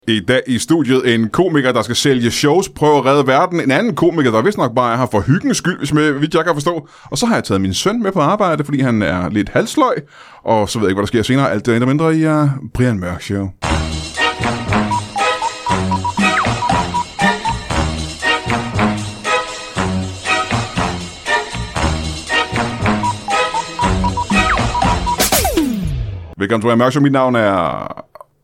I dag i studiet en komiker, der skal sælge shows, prøve at redde verden. En anden komiker, der vist nok bare er her for hyggens skyld, hvis jeg kan forstå. Og så har jeg taget min søn med på arbejde, fordi han er lidt halsløg. Og så ved jeg ikke, hvad der sker senere. Alt det endda mindre i Brian Mørk Show. Velkommen til Brian Mørk Show. Mit navn er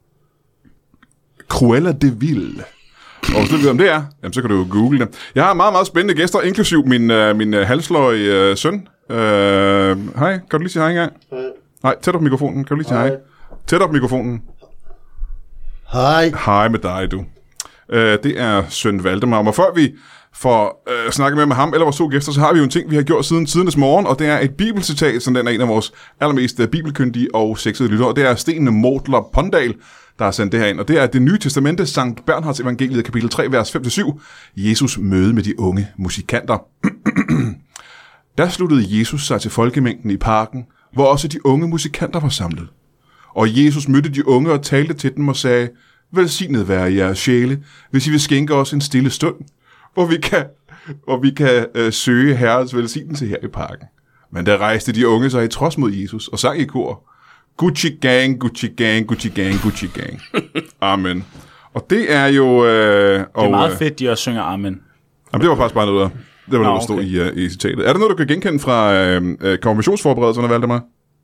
Cruella de Vil. Og hvis du ved, om det er, jamen, så kan du jo google det. Jeg har meget, meget spændende gæster, inklusiv min halsløg søn. Hej, kan du lige sige hej engang? Hej. Nej, tæt op mikrofonen. Kan du lige sige hej? Tæt op mikrofonen. Hej. Hej med dig, du. Det er søn Valdemar. Og før vi får snakket med ham eller vores to gæster, så har vi jo en ting, vi har gjort siden tidernes morgen, og det er et bibelcitat, som den er en af vores allermest bibelkyndige og sexede lyttere, og det er Sten Mortler Pondal, der har sendt det her ind, og det er det nye testamente, Sankt Bernhards evangeliet, kapitel 3, vers 5-7, Jesus møde med de unge musikanter. Der sluttede Jesus sig til folkemængden i parken, hvor også de unge musikanter var samlet. Og Jesus mødte de unge og talte til dem og sagde, velsignet være jeres sjæle, hvis I vil skænke os en stille stund, hvor vi kan søge Herrens velsignelse her i parken. Men der rejste de unge sig i trods mod Jesus og sang i kor, Gucci gang, Gucci gang, Gucci gang, Gucci gang. Amen. Og det er jo... det er meget fedt, de også synger amen. Jamen, det var faktisk bare noget, der stod i citatet. Er der noget, du kan genkende fra konfirmationsforberedelserne, Valdemar?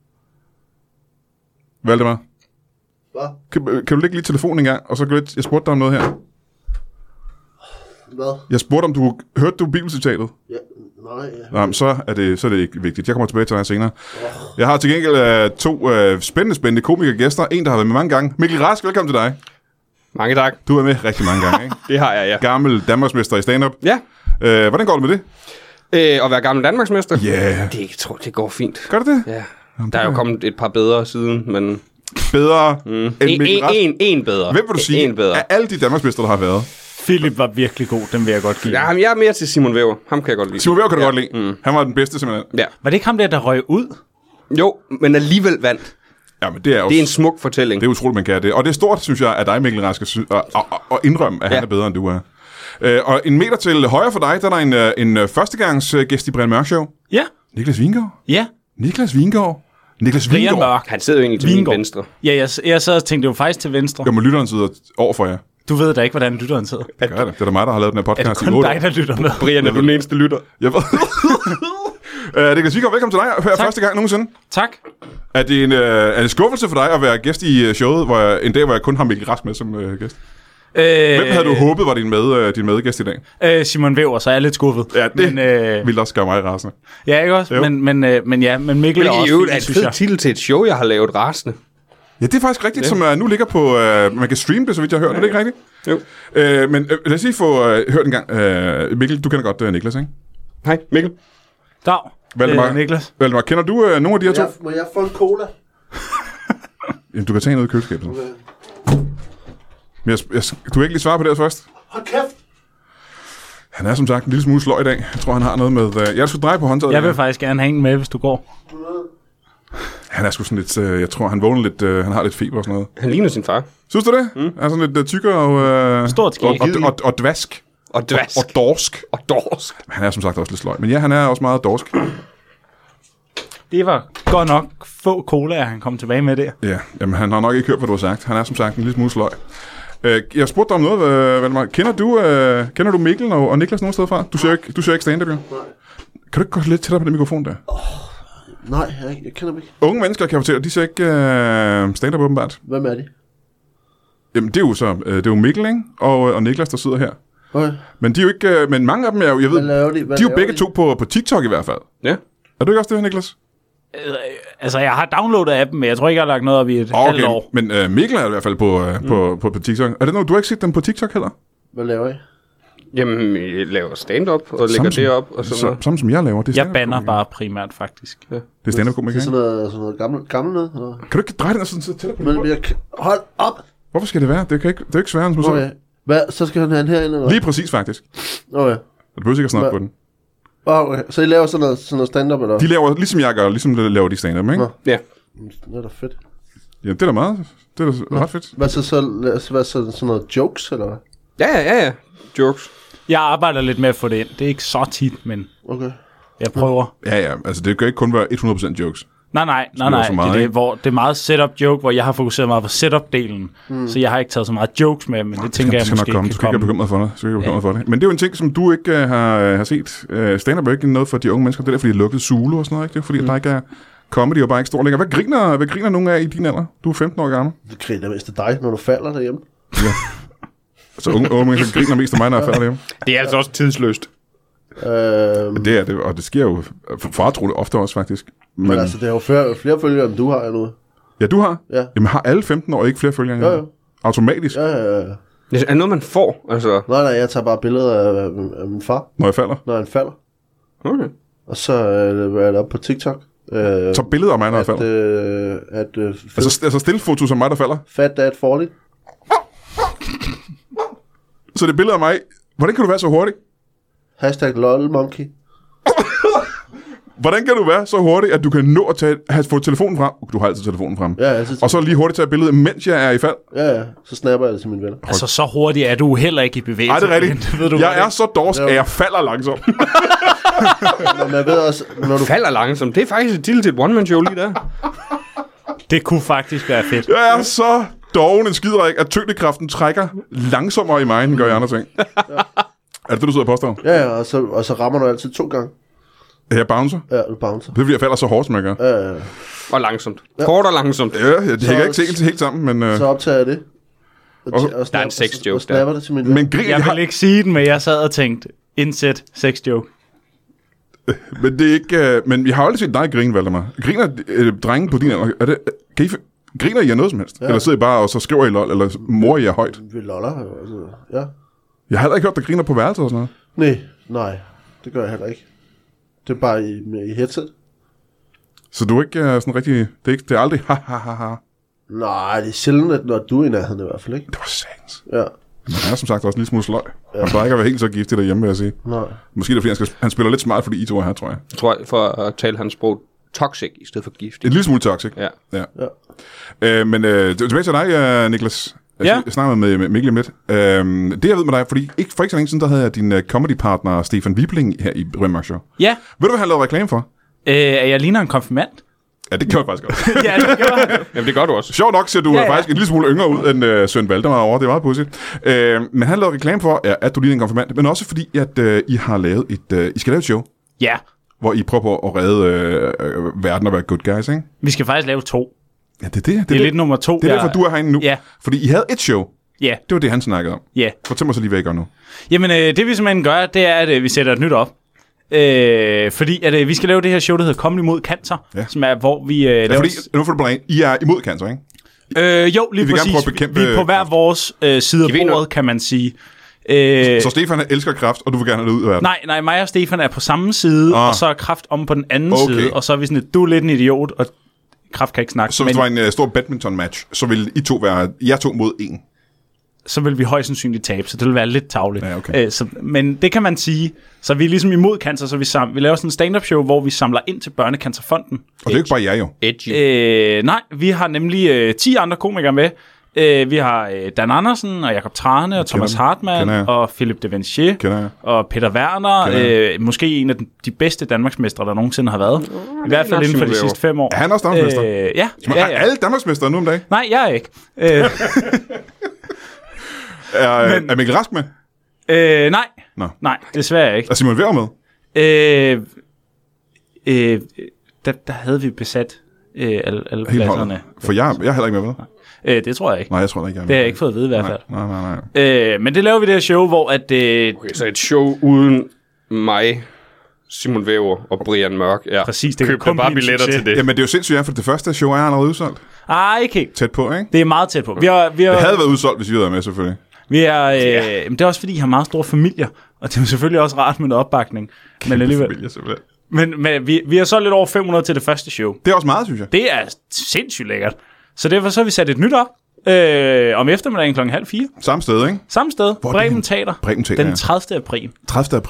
Valdemar? Hvad? Kan du lægge lige telefonen en gang, og så gå lidt... Jeg spurgte dig om noget her. Hvad? Jeg spurgte, om du hørte bibelcitatet. Ja, nej. Jamen, så er det ikke vigtigt. Jeg kommer tilbage til dig senere. Jeg har til gengæld to spændende komikergæster. En, der har været med mange gange. Mikkel Rask, velkommen til dig. Mange tak. Du er med rigtig mange gange, ikke? Det har jeg, ja. Gammel danmarksmester i stand-up. Ja. Hvordan går det med det? At være gammel danmarksmester? Ja. Yeah. Det går fint. Gør det det? Ja. Der er jo kommet et par bedre siden, men... Bedre end Mikkel Rask? En bedre. Hvem vil du sige af alle de danmarksmester, der har været? Philip var virkelig god, den vil jeg godt give. Ja, jeg er mere til Simon Væver. Ham kan jeg godt lide. Simon Væver kan du godt lide. Han var den bedste, simpelthen. Ja. Var det ikke ham der røg ud? Jo, men alligevel vandt. Ja, men det er en smuk fortælling. Det er utroligt, man kan det. Og det er stort, synes jeg, at dig, Mikkel Rask, at indrømme, at han er bedre, end du er. Og en meter til højre for dig, der er en førstegangsgæst i Brian Mørk Show. Ja. Niklas Vingård. Ja. Niklas Vingård. Brian Mørk. Han sidder jo egentlig til min venstre. Ja, jeg sad og tænkte jo faktisk til venstre. Jo, men lytteren sidder over for jer. Du ved da ikke, hvordan lytteren sidder. Det gør det. Det er da mig, der har lavet den her podcast. Er det kun dig, der lytter med? Brian, er du den eneste lytter? Jeg ved. Niklas Vingård, velkommen til dig. Her første gang nogensinde. Tak. Er det en skuffelse for dig at være gæst i showet, en dag, hvor jeg kun har Mikkel Rask med som gæst? Hvem havde du håbet var din medgæst i dag? Simon Væver, så er jeg lidt skuffet. Ja, det ville også gøre mig rasende. Ja, ikke også? Men Mikkel er også fint, synes jeg. Det er et titel til et show, jeg har lavet rasende. Ja, det er faktisk rigtigt, som nu ligger på... man kan streame det, så vidt jeg har hørt. Er det ikke rigtigt? Jo. Men lad os lige få hørt en gang. Mikkel, du kender godt Niklas, ikke? Hej, Mikkel. Dag, Valdemar, Niklas. Valdemar, kender du nogle af de her to? Må jeg få en cola? Jamen, du kan tage noget i køleskabet. Okay. Men du vil ikke lige svare på det først? Hold kæft! Han er som sagt en lille smule sløj i dag. Jeg tror, han har noget med... Jeg skal dreje på håndtaget. Jeg vil faktisk gerne hænge med, hvis du går. Han er sgu sådan lidt... jeg tror, han vågner lidt... han har lidt feber og sådan noget. Han ligner sin far. Synes du det? Han er sådan lidt tykkere og... Stort skæg. Og dvask. Og dvask. Og dorsk. Og dorsk. Han er som sagt også lidt sløj. Men ja, han er også meget dorsk. Det var godt nok få colaer, han kom tilbage med der. Ja, jamen han har nok ikke hørt, hvad du har sagt. Han er som sagt en lille smule sløj. Jeg spurgte dig om noget, Valdemar. Kender du Mikkel og Niklas nogen steder fra? Du ser ikke stand-up, jo? Nej. Kan du ikke gå lidt tættere på den mikrofon der? Nej, jeg kender dem ikke. Unge mennesker, kan jeg fortælle, de ser ikke stand-up åbenbart. Hvem er de? Jamen, det er jo så det er jo Mikkel, ikke? Og Niklas, der sidder her. Okay. Men de er jo ikke... men mange af dem er jo... Jeg ved, hvad laver de? De er jo begge to på TikTok i hvert fald. Ja. Er du ikke også det, Niklas? Altså, jeg har downloadet appen, men jeg tror ikke, jeg har lagt noget op i et halvt år. Men Mikkel er i hvert fald på TikTok. Er det noget, du har ikke set dem på TikTok heller? Hvad laver I? Jamen, jeg laver stand-up og lægger det op og sådan noget. Samme som jeg laver. Det er jeg banner bare primært, faktisk. Ja. Det er stand-up-komik, ikke? Det er sådan noget gammelt noget? Eller? Kan du ikke dreje den sådan tættere på? Men hold op! Hvorfor skal det være? Det er ikke sværere end som okay. Hvad? Så skal han have den herinde, eller? Lige præcis, faktisk. Okay. Du behøver ikke at snakke på den. Okay. Så I laver sådan noget stand-up, eller? De laver, ligesom jeg gør, ligesom laver de stand-up, ikke? Ja. Det er da fedt. Ja, det er da meget. Det er da ret fedt. Hvad så sådan noget jokes, eller hvad? Ja. Jokes. Jeg arbejder lidt med at få det ind. Det er ikke så tit, men Okay. jeg prøver. Ja, altså det kan ikke kun være 100% jokes. Nej. for meget, Det er meget setup joke, hvor jeg har fokuseret meget på setup-delen. Så jeg har ikke taget så meget jokes med, men det tænker jeg måske komme. kan Du skal ikke komme. være bekymret for det. Men det er jo en ting, som du ikke har set. Stand-up er ikke noget for de unge mennesker. Det er derfor, de har lukket Zulu og sådan noget, ikke? Det er fordi, der ikke er comedy og bare ikke står længere. Hvad griner nogen af i din alder? Du er 15 år gammel. Det griner mest af dig, når du falder derhjemme. Så unge mennesker griner mest af mig, når jeg falder derhjemme. Det er altså også tidsløst. Det er det, og det sker jo faretroligt ofte også, faktisk. Men altså, det er jo flere følgere, end du har nu. Ja, du har? Ja. Jamen, har alle 15 år ikke flere følgere end jeg? Jo. Automatisk? Ja. Det er noget, man får, altså. Nej, jeg tager bare billeder af min far, Når jeg falder? når han falder. Okay. Og så er det op på TikTok. Så billeder af mig, når jeg falder? Altså stillfotos af mig, der falder? Fat dad falling. Så det er billeder af mig. Hvordan kan du være så hurtig? Hashtag lolmonkey. Hvordan kan du være så hurtig, at du kan nå at få telefonen frem? Du har altid telefonen frem. Ja, altid. Og så lige hurtigt tage et billede, mens jeg er i fald. Ja, så snapper jeg det til mine venner. Altså, så hurtigt er du heller ikke i bevægelse. Ej, det er rigtigt. Det ved du Jeg godt, er ikke? så dårsk, at jeg falder langsomt. Men jeg ved også, når du... Falder langsomt. Det er faktisk et til et one-man-show lige der. Det kunne faktisk være fedt. Jeg er så doven en skiderik, at tyngdekraften trækker langsommere i mig, end gør i andre ting. Er det det, du sidder og påstår? Ja, og så rammer du altid 2 gange. Jeg bouncer. Ja, du bouncer. Det er, fordi jeg falder så hårdt, som jeg gør. Ja. Og langsomt. Kort og langsomt. Ja, det hænger ikke helt sammen, men... Så optager jeg det. Der er en sex joke og snapper det til mine venner. Men grin, Jeg vil ikke sige den, men jeg sad og tænkte, indsæt sex joke. men det er ikke... men vi har aldrig set dig grine, Valdemar. Griner drengen på din alder? Griner I af noget som helst? Ja. Eller sidder I bare og så skriver I lol, eller morer I jer højt? Vi loller, altså. Ja. Jeg har heller ikke hørt dig griner på værelset og sådan noget. Nej, det gør jeg heller ikke. Det er bare i headset. Så du er ikke sådan rigtig... Det er aldrig ha. Nej, det er sjældent, at når du er i nærheden i hvert fald, ikke? Det var sands. Ja. Men han er som sagt også en lille smule sløj. Han plejer ikke at være helt så giftig derhjemme, vil jeg sige. Nej. Måske det er, fordi han spiller lidt smart, fordi I to er her, tror jeg. Jeg tror, for at tale hans sprog, toxic i stedet for gift. En lille smule toxic. Ja. Men tilbage til dig, Niklas. Jeg snakkede med Mikkel om lidt. Det jeg ved med dig, fordi for ikke så længe siden, der havde jeg din comedy-partner Stefan Wibling her i Rønmark Show. Ja. Ved du, hvad han lavede reklame for? Er jeg ligner en konfirmand? Ja, det kan jeg faktisk godt. Ja, det gjorde han. Jamen, det gør du også. Sjovt nok ser du faktisk en lille smule yngre ud end Søren Valdemar over. Det er meget pudsigt. Men han lavede reklame for, at du ligner en konfirmand, men også fordi, at I har lavet I skal lave et show, Ja. hvor I prøver på at redde verden og være good guys, ikke? Vi skal faktisk lave 2. Ja, det er lidt nummer 2. Det er derfor, du er herinde nu. Ja. Fordi I havde et show. Ja. Det var det, han snakkede om. Ja. Fortæl mig så lige, hvad I gør nu. Jamen, det vi simpelthen gør, det er, at vi sætter et nyt op. Fordi at, vi skal lave det her show, der hedder Comedy mod Cancer, som er, hvor vi laver... Fordi, nu får du bare I er imod cancer, ikke? Jo, lige vil præcis. gerne prøve at bekæmpe Vi er på hver vores side af bordet, kan man sige. Så Stefan elsker kræft, og du vil gerne have det ud af verden? Nej, mig og Stefan er på samme side, og så er kræft om på den anden side, og så er vi sådan et, du er lidt en idiot, og kræft kan ikke snakke. Så hvis det var en stor badminton-match, så vil I to være jer to mod en? Så vil vi højst sandsynligt tabe, så det vil være lidt tarveligt. Ja, okay. Men det kan man sige. Så vi er ligesom imod cancer, så vi laver sådan en stand-up show, hvor vi samler ind til Børnecancerfonden. Og det er jo ikke bare jer jo. Edgy. Nej, vi har nemlig 10 andre komikere med. Vi har Dan Andersen og Jakob Trane og Thomas Hartmann og Philip de Vinci og Peter Werner. Måske en af de bedste danmarksmestre, der nogensinde har været. I hvert fald inden for de sidste 5 år. Er han også danmarksmester? Ja. Er alle danmarksmestre nu om dagen? Nej, jeg er ikke. Er Mikkel Rask med? Nej. Nå. Nej, desværre ikke. Er Simon Væver med? Der havde vi besat alle pladserne. For jeg er heller ikke med. Det tror jeg ikke. Nej, jeg tror ikke, jeg er med. Det har jeg ikke fået at vide i hvert fald. Nej. Men det laver vi det her show, hvor at... Okay, så et show uden mig, Simon Væver og Brian Mørk. Ja. Præcis, det køb kan kun bare blive en billetter succes. til det. Jamen, det er jo sindssygt, for det første show er allerede udsolgt. Ikke helt. Tæt på, ikke? Det er meget tæt på. Vi har, det havde været udsolgt, hvis vi havde været med, selvfølgelig. Men det er også, fordi I har meget store familier, og det er jo selvfølgelig også rart med en opbakning. Men alligevel. Familie, simpelthen. Men vi har så lidt over 500 til det første show. Det er også meget, synes jeg. Det er sindssygt lækkert. Så derfor så har vi sat et nyt op om eftermiddagen 3:30. Samme sted, ikke? Samme sted. Hvor Bremen Teater. Bremen Teater, den 30. april. 30. april.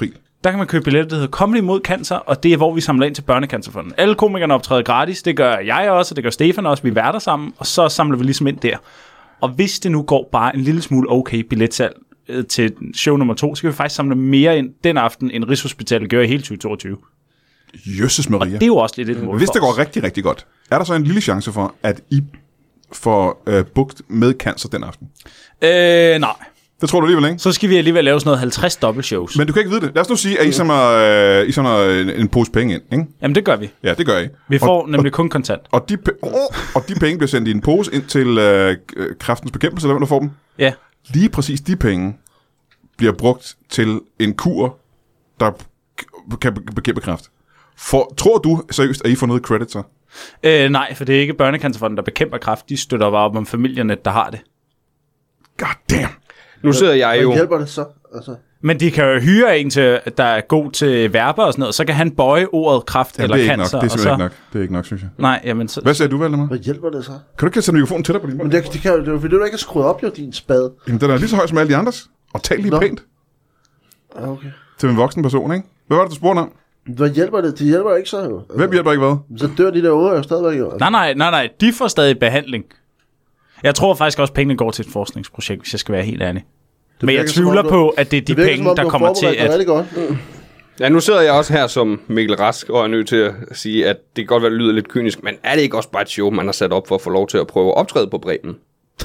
der kan man købe billetter, der hedder Comedy mod Cancer, og det er, hvor vi samler ind til Børnecancerfonden. Alle komikerne optræder gratis, det gør jeg også, og det gør Stefan også, vi er værter sammen, og så samler vi ligesom ind der. Og hvis det nu går bare en lille smule okay billetsalg til show nummer 2, så kan vi faktisk samle mere ind den aften, end Rigshospitalet gør i hele 2022. Jøsses Maria. Og det er jo også lidt et mål. Hvis det går rigtig, rigtig godt, er der så en lille chance for, at I får bugt med cancer den aften? Nej. Det tror du alligevel, ikke? Så skal vi alligevel lave sådan noget 50 dobbeltshows. Men du kan ikke vide det. Lad os nu sige, at I samler en pose penge ind, ikke? Jamen, det gør vi. Ja, det gør I. Vi får nemlig kun kontant. Og de penge bliver sendt i en pose ind til kræftens bekæmpelse, eller hvem der får dem? Ja. Lige præcis de penge bliver brugt til en kur, der kan bekæmpe kræft. Tror du seriøst, at I får noget credit så? Nej, for det er ikke Børnecancerfonden, der bekæmper kræft. De støtter bare op om familierne, der har det. God damn. Nu sidder jeg jo... Hvad hjælper det så? Altså. Men de kan jo hyre en, der er god til verber og sådan noget, så kan han bøje ordet kræft eller det er cancer. Ikke nok. Det er simpelthen ikke nok. Det er ikke nok, synes jeg. Nej, jamen så... Hvad sagde du, Valdemar? Hvad hjælper det så? Kan du ikke sætte mikrofonen tættere på din mund? Men det er jo fordi, du ikke har skruet op, jo, din spade. Jamen, den er lige så høj som alle de andres. Og tal lige pænt Okay. til en voksen person, ikke? Hvad var det, du spurgte om? Hvad hjælper det? Det hjælper ikke så, jo. Altså, Hvem hjælper ikke hvad? så dør de der unger jo stadigvæk, jo. Nej, de får stadig behandling. Jeg tror faktisk også, at pengene går til et forskningsprojekt, hvis jeg skal være helt ærlig. Men jeg tvivler på, at det er de penge, der kommer til at... Ja, nu sidder jeg også her som Mikkel Rask, og er nødt til at sige, at det kan godt være, det lyder lidt kynisk, men er det ikke også bare et show, man har sat op for at få lov til at prøve at optræde på Bremen?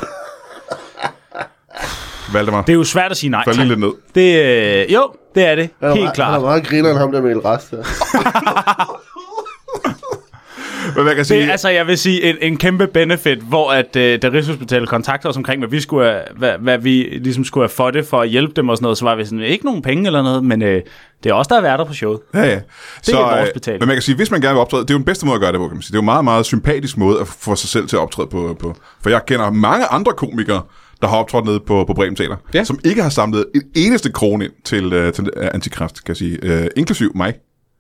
Valdemar. Det er jo svært at sige nej. Fald lige lidt ned. Jo, det er det. Helt klart. Han er meget griner end ham der Mikkel Rask der. Men hvad kan jeg sige? Det er, altså, jeg vil sige, en kæmpe benefit, hvor at, da Rigshospitalet kontakter os omkring, hvad vi ligesom skulle have for det, for at hjælpe dem og sådan noget, så var vi sådan, ikke nogen penge eller noget, men det er også der er værter på showet. Ja. Det er vores betaling. Men man kan sige, hvis man gerne vil optræde, det er jo den bedste måde at gøre det på, kan man sige. Det er jo en meget, meget sympatisk måde at få sig selv til at optræde på. For jeg kender mange andre komikere, der har optrådt nede på Bremen Teater, som ikke har samlet en eneste krone ind til antikræft, kan jeg sige, inklusiv mig.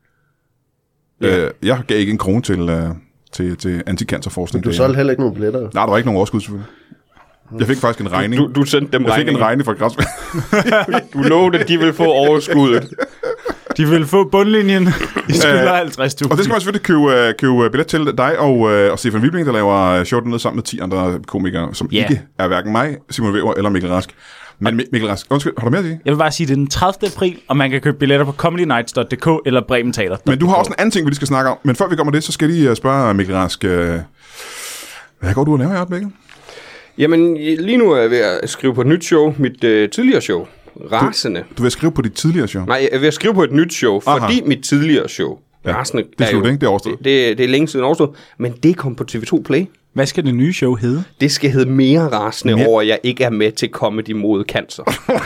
Jeg gav ikke en krone til anticancerforskning. Du solgte heller ikke nogen billetter. Nej, der var ikke nogen overskud selvfølgelig. Jeg fik faktisk en regning. Du sendte dem regning. Jeg fik en regning fra Kræftspil. Du lovede, at de ville få overskuddet. De vil få bundlinjen i skylder 50.000. Og det skal man selvfølgelig købe billet til dig og Stefan Wibling, der laver show dernede sammen med 10 andre komikere, som ikke er hverken mig, Simon Væver eller Mikkel Rask. Men Mikkel Rask, undskyld, har du mere at sige? Jeg vil bare sige, det er den 30. april, og man kan købe billetter på comedynights.dk eller Bremen Teater. Men du har også en anden ting, vi lige skal snakke om. Men før vi kommer det, så skal jeg lige spørge Mikkel Rask, hvad går du at lave i øjeblikket? Jamen, lige nu er jeg ved at skrive på et nyt show, mit tidligere show. Rasende. Du vil skrive på dit tidligere show? Nej, jeg vil skrive på et nyt show, fordi mit tidligere show, Rasende, det er slut, ikke? Det er overstået. Det er længe siden overstået, men det kom på TV2 Play. Hvad skal det nye show hedde? Det skal hedde Mere Rasende over, at jeg ikke er med til Comedy mod Cancer.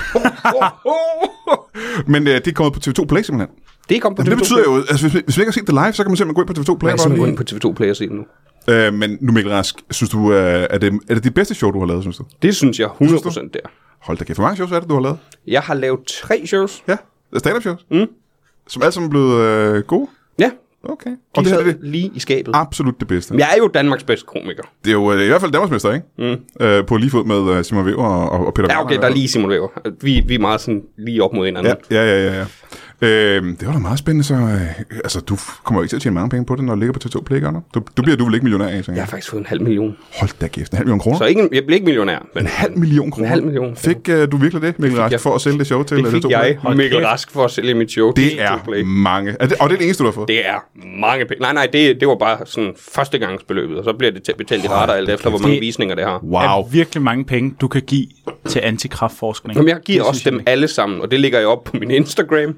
Men det er kommet på TV2 Play simpelthen? Det er kommet på TV2 Play. Det betyder jo, altså hvis vi ikke har set det live, så kan man simpelthen gå ind på TV2 Play. Man kan simpelthen gå ind på TV2 Play og se det nu. Men nu Mikkel Rask, synes du, er det det bedste show, du har lavet, synes du? Det synes jeg 100% der. Hold da kæft, hvor mange shows er det, du har lavet? Jeg har lavet 3 shows. Ja, stand-up shows? Som alle sammen er blevet gode? Ja. Okay. Og det er lige i skabet. Absolut det bedste. Men jeg er jo Danmarks bedste komiker. Det er jo i hvert fald Danmarksmester, ikke? På lige fod med Simon Væver og Peter Ja, okay, der er lige Simon Væver. Vi er meget sådan lige op mod hinanden. Ja. Det var da meget spændende, så altså, du kommer jo ikke til at tjene mange penge på det, når du ligger på TV2 Play, gør du? Du bliver vel ikke millionær af, jeg har faktisk fået 500.000. Hold da kæft, 500.000 kroner? Så jeg bliver ikke millionær. Men 500.000 kroner? 500.000. Fik du virkelig det, Mikkel Rask, for at sælge det show til TV2 Play? Det fik jeg, Mikkel Rask, for at sælge mit show til TV2 Play. Det er mange. Og det er det eneste, du har fået? Det er mange penge. Nej, det var bare sådan førstegangsbeløbet, og så bliver det betalt i rater, alt efter hvor mange visninger det har. Wow. Er virkelig mange penge, du kan give til antikraftforskning. Jamen, jeg giver også dem alle sammen, og det ligger jeg op på min Instagram.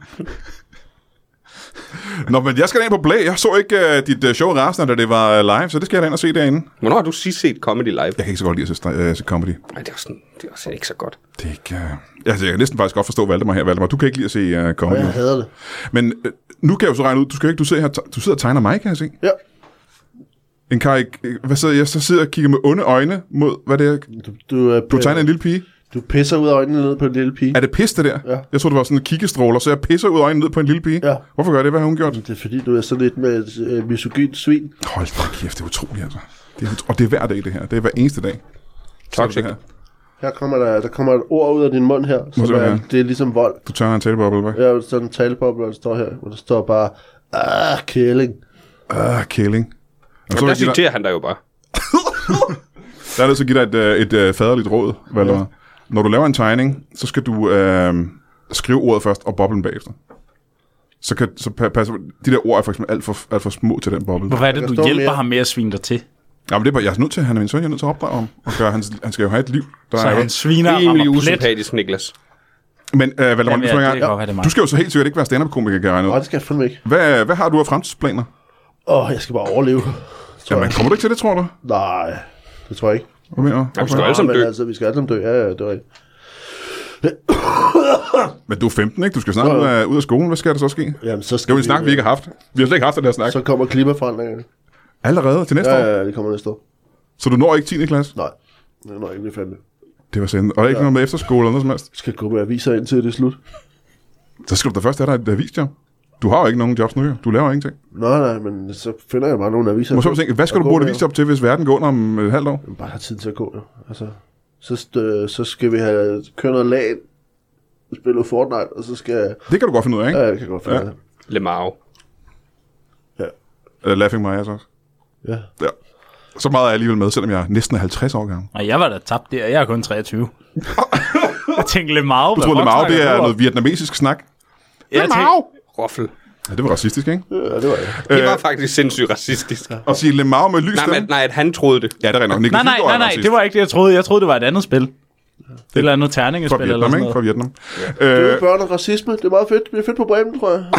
Nå, men jeg skal ind på Play. Jeg så ikke dit show Rasende, da det var live, så det skal jeg da ind og se derinde. Hvornår har du sidst set comedy live? Jeg kan ikke så godt lide at se comedy. Nej, det er også ikke så godt. Det er ikke... Jeg kan næsten faktisk godt forstå Valdemar her. Valdemar, du kan ikke lide at se comedy. Jeg hader det. Men nu kan jeg jo så regne ud, du sidder og tegner mig, kan jeg se? Ja. En hvad sidder jeg? Så sidder og kigger med onde øjne mod, hvad det er? Du tegner en lille pige? Du pisser ud af øjnene ned på en lille pige. Er det pis, det der? Ja. Jeg tror det var sådan en kiggestråler, så jeg pisser ud af øjnene ned på en lille pige. Ja. Hvorfor gør det? Hvad har hun gjort? Det er fordi, du er sådan lidt med et misogynt svin. Hold da kæft, det er utroligt, altså. Og det er hver dag, det her. Det er hver eneste dag. Toxic. Her kommer der kommer et ord ud af din mund her, som det er ligesom vold. Du tørrer en taleboble, hvad? Ja, sådan en taleboble, der står her, hvor der står bare, kæling. Kæling. Og der citerer han der jo bare. Der er det så at give dig et faderligt råd, Valdemar. Ja. Når du laver en tegning, så skal du skrive ordet først og boblen bagefter. Så passer de der ord er for eksempel alt for små til den boble. Hvorfor er det, du hjælper ham med at svine dig til? Ja, men det er bare, jeg er nødt til, han er min søn, jeg er nødt til at opdrage ham, og gøre, han skal jo have et liv. Der så han sviner rimelig usympatisk, Niklas. Men Valdemar, du skal jo så helt sikkert ikke være stand-up-komiker, kan jeg regne ud. Nej, det skal jeg fandme ikke. Hvad har du af fremtidsplaner? Jeg skal bare overleve. Jamen, kommer du ikke til det, tror du? Nej, det tror jeg ikke. Hvad mener du? Ja, vi skal alle sammen dø. Altså, vi skal alle sammen dø, ja, det er rigtigt. Men du er 15, ikke? Du skal snart ud af skolen. Hvad skal der så ske? Jamen, så skal det er jo en snak, vi ikke har haft. Vi har slet ikke haft den her snak. Så kommer klimaforandringerne. Allerede til næste år? Ja, det kommer næste år. Så du når ikke 10. klasse? Nej, det når ikke blive fandme. Det var sendt. Og der er ikke noget med efterskole eller noget som helst? Jeg skal gå med aviser indtil det er slut. Så skal du da først have dig et avisjob. Du har jo ikke nogen jobs nu, du laver ingenting. Nej, men så finder jeg bare nogle aviser. Så tænke, hvad skal du bruge et avisjob til, hvis verden går under om et halvt år? Jeg bare have tid til at gå, jo. Altså, så skal vi have kørt noget lag, spille Fortnite, og så skal... Det kan du godt finde ud af, ikke? Ja, det kan jeg godt finde ud af. Lemao. Ja. Laughing Maja så. Ja. Så meget er jeg alligevel med, selvom jeg er næsten 50 år gammel. Og jeg var da tabt der. Jeg er kun 23. Jeg tænkte Lemao. Du tror, Lemao, det er noget vietnamesisk snak? Lemao! Roffel. Ja, det var racistisk, ikke? Ja, det var det. Det var faktisk sindssygt racistisk. Og sige Lemao med lys stemme? Nej, at han troede det. Ja, det er nok. Nej, det var ikke det, jeg troede. Jeg troede, det var et andet spil. Det eller andet terningespil eller sådan noget. Fra Vietnam. Det er børn og racisme. Det er meget fedt. Det bliver fedt på Bremen, tror jeg.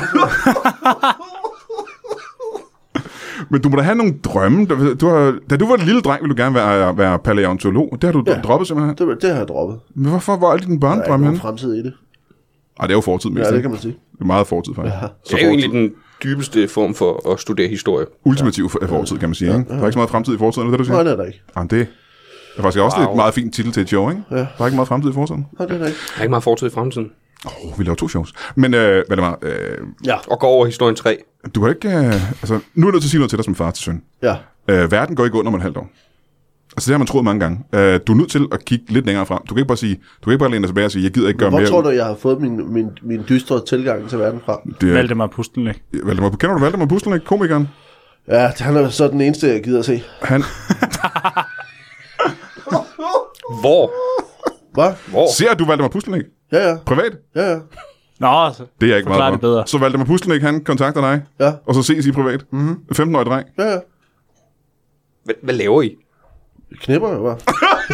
Men du må da have nogle drømme. Da du var en lille dreng, ville du gerne være palæontolog. Det har du droppet simpelthen? Det har jeg droppet. Men hvorfor var alle dine børnedrømme henne? Der er ikke nogen fremtid i det. Ej, det er jo fortid mest. Ja, det kan man sige. Det er meget fortid, faktisk. Ja. Det er jo egentlig den dybeste form for at studere historie. Ultimativ fortid, kan man sige. Ikke? Der er ikke så meget fremtid i fortiden, eller det du siger? Nej, det er der ikke. Jamen, det er faktisk også et meget fint titel til et show, ikke? Ja. Der er ikke meget fremtid i fortiden. Nej, det er der ikke. Der er ikke meget fortid i fremtiden. Vi laver 2 shows. Men, Valdemar... Og går over historien 3. Du kan ikke... altså, nu er jeg nødt til at sige noget til dig som far til søn. Ja. Verden går ikke under om et halvt år. Altså, det har man troet mange gange. Du er nødt til at kigge lidt længere frem. Du kan ikke bare sige... Du kan ikke bare læne dig tilbage og sige, jeg gider ikke gøre mere... Hvor tror du, jeg har fået min dystre tilgang til verden fra? Valdemar Pustelnik. Kender du Valdemar Pustelnik, komikeren? Ja, han er så den eneste, jeg gider at se. Han... Hvor? Hvad? Hvor? Ser du Valdemar Pustelnik? Ja. Privat? Ja. Nå, altså. Det er jeg ikke meget det bedre. Så Valdemar Pustelnik, han kontakter dig? Ja. Og så ses I privat? 15-årig dreng? Ja. Hvad laver I? Jeg knipper jo bare.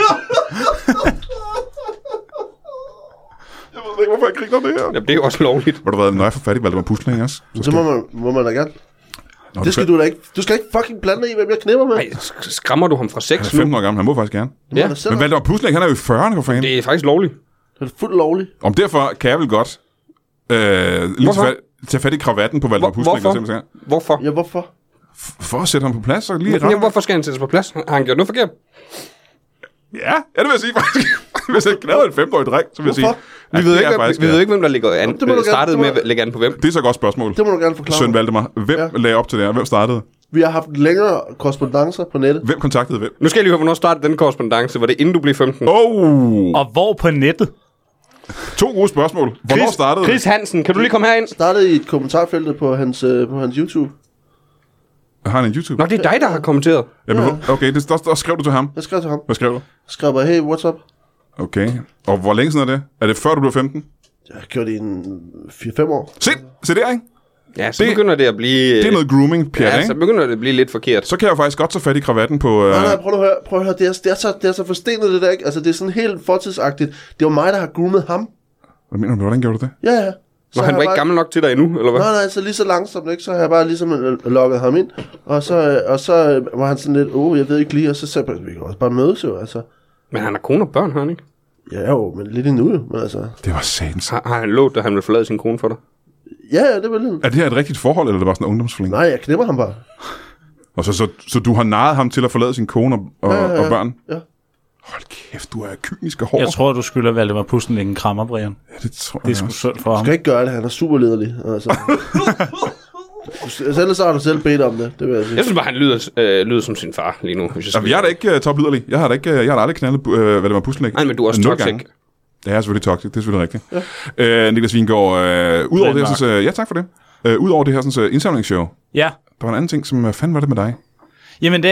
Jeg ved ikke, hvorfor jeg griner det her. Jamen, det er jo også lovligt. Hvor du været, når jeg får fat i Valdemar Pustelnik også? Så må man da gerne. Det skal du da ikke. Du skal ikke fucking blande i, hvem jeg knipper med. Nej, skræmmer du ham fra sex nu? Han er 15 år gammel, han må faktisk gerne. Ja. Men Valdemar Pustelnik, han er jo i 40'erne, for fanden. Det er faktisk lovligt. Det er fuldt lovligt. Om derfor kan jeg vel godt tage fat i kravatten på Valdemar Pustelnik. Hvorfor? Ja, hvorfor? For at sætte ham på plads. Så lige ja, hvorfor skal han sættes på plads? Har han gjort noget forkert? Ja, det vil jeg sige faktisk. Hvis jeg knalder en 15-årig dreng, så vil jeg sige... Vi ved ikke, hvem der ligger startede med at lægge an på hvem. Det er så et godt spørgsmål. Det må du gerne forklare. Søn Valdemar, hvem lagde op til det her? Hvem startede? Vi har haft længere korrespondancer på nettet. Hvem kontaktede hvem? Nu skal jeg lige høre, hvornår startede den korrespondance? Var det inden du blev 15? Og hvor på nettet? 2 gode spørgsmål. Hvornår startede Chris Hansen, kan du lige komme herind? Startede i et kommentarfeltet på hans YouTube. Har han en YouTube? Nå, det er dig, der har kommenteret. Jamen, okay, der skrev du til ham. Jeg skrev til ham. Hvad skrev du? Jeg skrev bare, hey, what's up? Okay. Og hvor længe siden er det? Er det før du blev 15? Jeg har gjort det i 4-5 år. Se der, ikke? Ja, så begynder det at blive... Det er noget grooming, Pierre, ja, så begynder det at blive lidt forkert. Så kan jeg jo faktisk godt tage fat i kravatten på... Nej, prøv at høre. Det er så forstenet, det der, ikke? Altså, det er sådan helt fortidsagtigt. Det var mig, der har groomet ham. Hvad mener du? Hvordan gjorde du det? Ja. Nå, han var ikke gammel nok til dig endnu, eller hvad? Nej, så lige så langsomt, ikke? Så har jeg bare ligesom logget ham ind. Og så var han sådan lidt, jeg ved ikke lige. Og så sagde jeg, vi kan også bare mødes jo, altså. Men han har kone og børn, har han ikke? Ja jo, men lidt endnu jo, men altså. Det var satans. Har han lovet, at han vil forlade sin kone for dig? Ja, det vil han. Er det her et rigtigt forhold, eller er det bare sådan en ungdomsfling? Nej, jeg knipper ham bare. Og så du har narret ham til at forlade sin kone og børn? Ja. Hold kæft, du er kynisk og hård. Jeg tror, du skylder Valdemar Pustelnik en krammer, Brian. Ja, det tror jeg. Det er sgu synd for ham. Du skal ikke gøre det, han er super lederlig. Altså. Ellers så har du selv bedt om det vil jeg sige. Jeg synes bare, han lyder som sin far lige nu. Jeg er da ikke topliderlig. Jeg har aldrig knaldet Valdemar Puslenik. Nej, men du er også toxic. Ja, jeg er selvfølgelig toxic. Det er selvfølgelig rigtigt. Ja. Niklas Vingård, udover det her, sådan, ja, tak for det. Udover det her sådan, indsamlingsshow. Ja. Der var en anden ting, som fanden var det med dig? Jamen det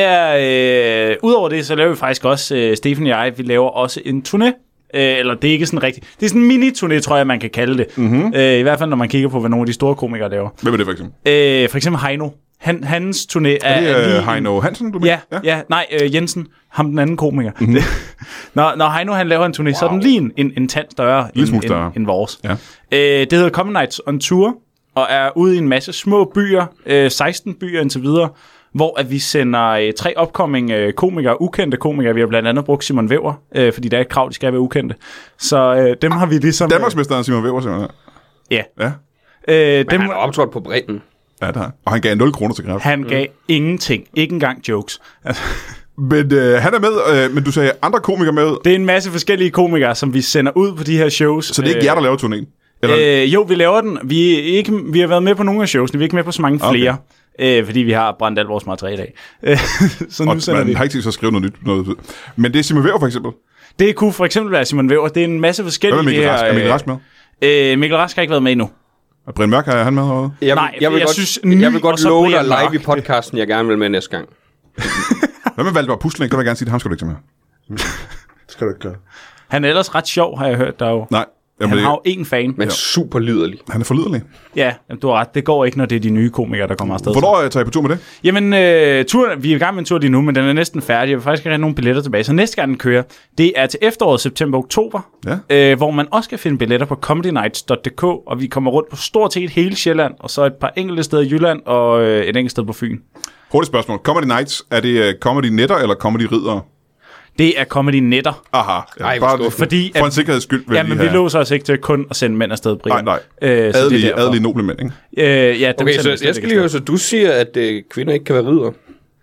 er, udover det, så laver vi faktisk også, Stefan og jeg, vi laver også en turné. Eller det er ikke sådan rigtigt. Det er sådan en mini-turné, tror jeg, man kan kalde det. Mm-hmm. I hvert fald, når man kigger på, hvad nogle af de store komikere laver. Hvem er det for eksempel? For eksempel Heino. Hans turné er det Heino Hansen, du mener? Ja. Nej, Jensen. Ham den anden komiker. Mm-hmm. Når Heino han laver en turné, så er den lige en tand større end vores. Ja. Det hedder Comedy Nights on Tour, og er ude i en masse små byer, 16 byer indtil videre, hvor at vi sender 3 upcoming komikere, ukendte komikere. Vi har blandt andet brugt Simon Væver, fordi der er et krav, de skal være ukendte. Så dem har vi ligesom... Danmarksmesteren Simon Væver, simpelthen. Ja. Men han har optrådt på bredden. Ja, det har. Og han gav 0 kroner til Kraft. Han gav ingenting. Ikke engang jokes. Men han er med, men du sagde andre komikere med. Det er en masse forskellige komikere, som vi sender ud på de her shows. Så det er ikke jer, der laver turnéen? Jo, vi laver den. Vi har været med på nogle af showsene. Vi er ikke med på så mange flere. Fordi vi har brændt alt vores materiale af. Så nu sender vi. Har ikke tænkt sig at skrive noget nyt. Men det er Simon Væver for eksempel? Det kunne for eksempel være Simon Væver. Det er en masse forskellige... Hvad med Mikkel Rask? Er Mikkel Rask med? Mikkel Rask har ikke været med endnu. Og Brian Mørk, er han med herude? Jeg vil godt love dig live i podcasten, jeg gerne vil med næste gang. Hvad med Valdemar Puslenik? Der vil jeg gerne sige, at ham skal du ikke tage med. Det skal du ikke gøre. Han er ellers ret sjov, har jeg hørt. Der jo. Nej. Han har jo én fan. Men super liderlig. Han er for liderlig. Ja, du har ret. Det går ikke, når det er de nye komikere, der kommer afsted. Hvornår tager I på tur med det? Jamen, vi er i gang med en tur lige nu, men den er næsten færdig. Jeg vil faktisk have nogle billetter tilbage. Så næste gang den kører, det er til efteråret, september-oktober, hvor man også kan finde billetter på comedynights.dk, og vi kommer rundt på stort set hele Sjælland, og så et par enkelte steder i Jylland, og et enkelt sted på Fyn. Hurtigt spørgsmål. Comedy Nights, er det Comedy Netter eller Comedy Ridder? Det er Comedy Netter. Aha. Ja, bare fordi for en sikkerheds skyld. Ja, men vi låser os ikke til kun at sende mænd afsted, Brian. Nej. Adelige noble mænd, ikke? Ja, okay, så jeg skal lige høre, så du siger, at kvinder ikke kan være ridder?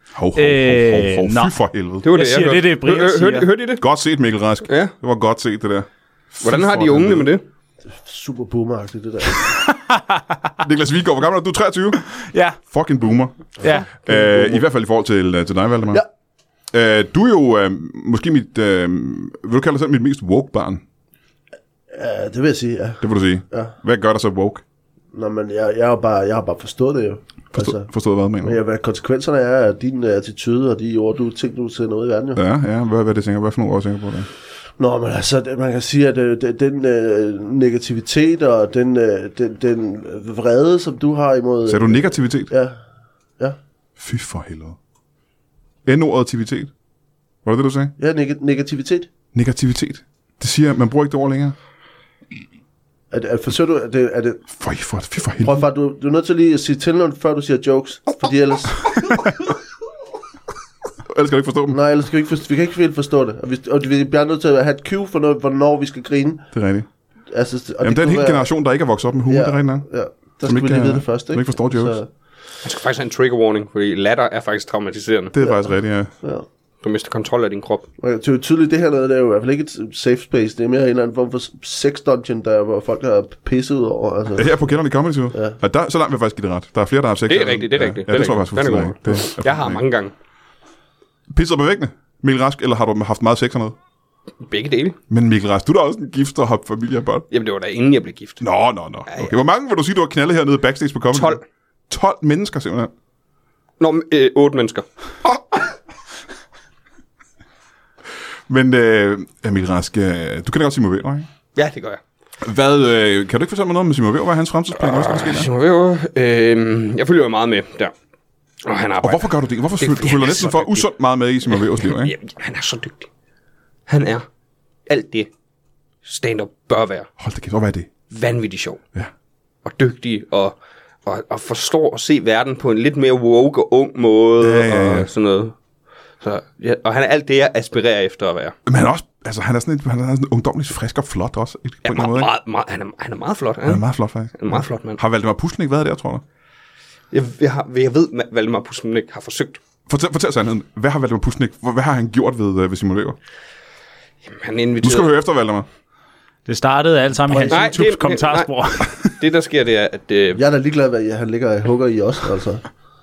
Fy for helvede. Det var det, jeg siger. Det Brian siger. Hørte I det? Godt set, Mikkel Rask. Ja. Det var godt set, det der. Hvordan har de unge med det? Super boomeragtigt, det der. Niklas Vingård, hvor gammel er du? 23? Ja. Fucking boomer. Ja. I hvert fald i forhold til dig, Valdemar. Ja. Du er jo måske vil du kalde dig selv mit mest woke barn? Ja, det vil jeg sige, ja. Det vil du sige? Ja. Hvad gør dig så woke? Nå, men jeg har bare forstået det jo. Forstået hvad, mener du? Men hvad konsekvenserne er af din attitude og de ord, du tænker til noget i verden, jo. Ja, hvad det tænker? Hvad for nogle ord tænker på det? Nå, men altså, man kan sige, at den negativitet og den vrede, som du har imod... Sagde du negativitet? Ja. Fy for helvede. N-ordet-tivitet. Var det du sagde? Ja, negativitet. Negativitet. Det siger, man bruger ikke det ord længere. Forsøger du, er det... Fy for helvede. Prøv, far, du er nødt til lige at sige til nogen, før du siger jokes. Fordi ellers... Ellers kan du ikke forstå dem. Nej, ellers kan vi kan ikke helt forstå det. Og vi bliver nødt til at have et cue for noget, hvornår vi skal grine. Det er rigtigt. Altså, jamen, det er en hel generation, der ikke er vokset op med humor, det er rigtigt. Ja, der skal vi lige vide det først, ikke? Som ikke forstår jokes. Man skal faktisk have en trigger warning, fordi latter er faktisk traumatiserende. Det er faktisk rigtigt, ja. Du mister kontrol af din krop. Det er jo tydeligt, det her noget, det er jo i hvert fald ikke et safe space. Det er mere en eller anden form for sex dungeon, hvor folk har pisset ud over. Altså. Her på Kælderen i Comedy Show. Ja. Og så langt vil jeg faktisk give det ret. Der er flere, der har haft sex. Det er rigtigt, det er rigtigt. Ja, det tror jeg faktisk. Jeg har mange gange. Pisset på væggene, Mikkel Rask, eller har du haft meget sex eller noget? Begge dele. Men Mikkel Rask, du er da også en gift og har familie og børn. Jamen, det var da inden jeg blev gift. Nå. Okay, hvor mange vil du sige, du har knaldet hernede backstage på Comedy? 12. 12 mennesker simpelthen? Nå, 8 mennesker. Men Mikkel Rask, du kan da godt Simon Væver, ikke? Ja, det gør jeg. Kan du ikke fortælle mig noget om Simon Væver? Hvad er hans fremtidsplan? Simon Væver, jeg følger jo meget med der. Og han arbejder. Og hvorfor gør du det? Hvorfor du følger næsten for usundt meget med i Simon Vævers liv, ikke? Han er så dygtig. Han er alt det, stand-up bør være. Hold da kæft, hvad er det? Vanvittigt sjov. Ja. Og dygtig, og forstår at se verden på en lidt mere woke og ung måde, og sådan noget. Så, ja, og han er alt det, jeg aspirerer efter at være. Men han er også, altså han er sådan ungdomligt frisk og flot også. Ja, han er meget flot. Han er meget flot, faktisk. Han er meget flot, mand. Har Valdemar Puslenik været der, tror du? Jeg ved, at Valdemar Puslenik har forsøgt. Fortæl sandheden. Hvad har Valdemar Puslenik, hvad har han gjort ved Simon Væver? Jamen, han inviterede... Nu skal du høre efter, Valdemar. Det startede alt sammen i hans YouTubes kommentarspor. det der sker, det er, at... Jeg er da ligeglad, hvad han ligger og hugger i os, altså.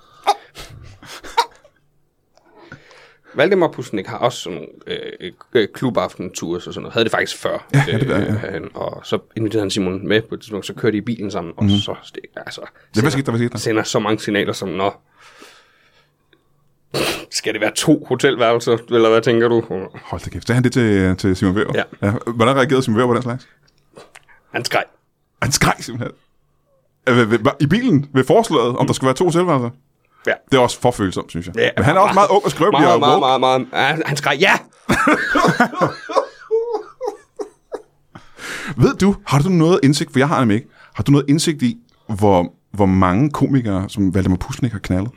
Valdemar Pusnik har også sådan nogle klubaftenture og sådan noget. Havde det faktisk før. Ja, det var, ja. Og så inviterede han Simon med på et tidspunkt, så kørte de i bilen sammen, og så hvad skete der? Sender så mange signaler som, skal det være 2 hotelværelser, eller hvad tænker du? Hold da kæft, det er han det til Simon Væver? Ja. Hvordan reagerede Simon Væver på den slags? Han skreg. Han skreg simpelthen? I bilen ved forslaget, om der skulle være 2 hotelværelser? Ja. Det er også for følsomt, synes jeg. Ja, men han er også meget ung og skrøbelig. Meget. Han skreg, ja! Ved du, har du noget indsigt, for jeg har det ikke, har du noget indsigt i, hvor mange komikere, som Valdemar Pusnik har knaldet?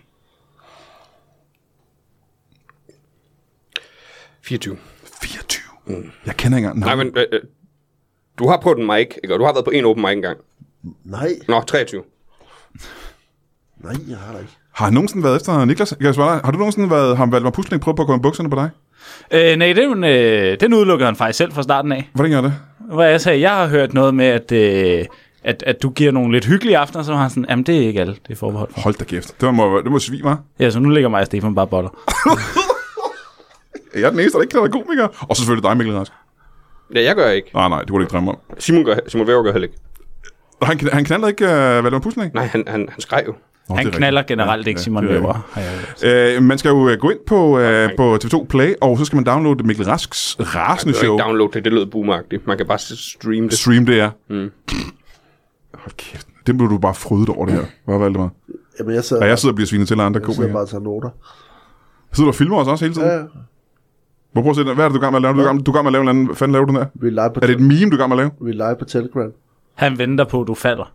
24. 24? Jeg kender ikke engang. Nej, men du har prøvet en mic, ikke? Og du har været på en open mic engang. Nej. 23. Nej, jeg har da ikke. Har han nogensinde været efter Niklas? Har du nogensinde har Valdemar Pusnik prøvet på at gå i bukserne på dig? Nej, den udelukkede han faktisk selv fra starten af. Hvordan gør det? Hvor jeg sagde, jeg har hørt noget med, at du giver nogle lidt hyggelige aftener, så har han sådan, jamen det er ikke alle, det er forbeholdt. Hold da kæft. Det må svige mig. Ja, så nu ligger mig og Stefan bare botter. Jeg er den eneste, der ikke kalder komiker. Og så selvfølgelig dig, Mikkel Rask. Ja, jeg gør ikke. Nej, det kunne du ikke drømme om. Simon Væver gør heller ikke. Han knalder ikke Valdemar Pusnik? Nej, han skreg jo. Han knaller generelt ikke Simon Væver. Man skal jo gå ind på TV2 Play, og så skal man downloade Mikkel Rasks rasende show. Man kan ikke downloade det lød boomagtigt. Man kan bare streame det. Stream det, ja. Hold kæft. Det blev du bare frydet over det her. Hvad var det, Valdemar? Jamen, jeg sidder og bliver svinet til andre komikere. Jeg sidder bare og tager noter. Sidder du og filmer os også hele tiden? Ja. Prøv at se, hvad er det, du er gang med at lave? Du er gang med at lave en anden... Hvad fanden laver du den der? Er det et meme, du er gang med at lave? Vi er live på Telegram. Han venter på, at du falder.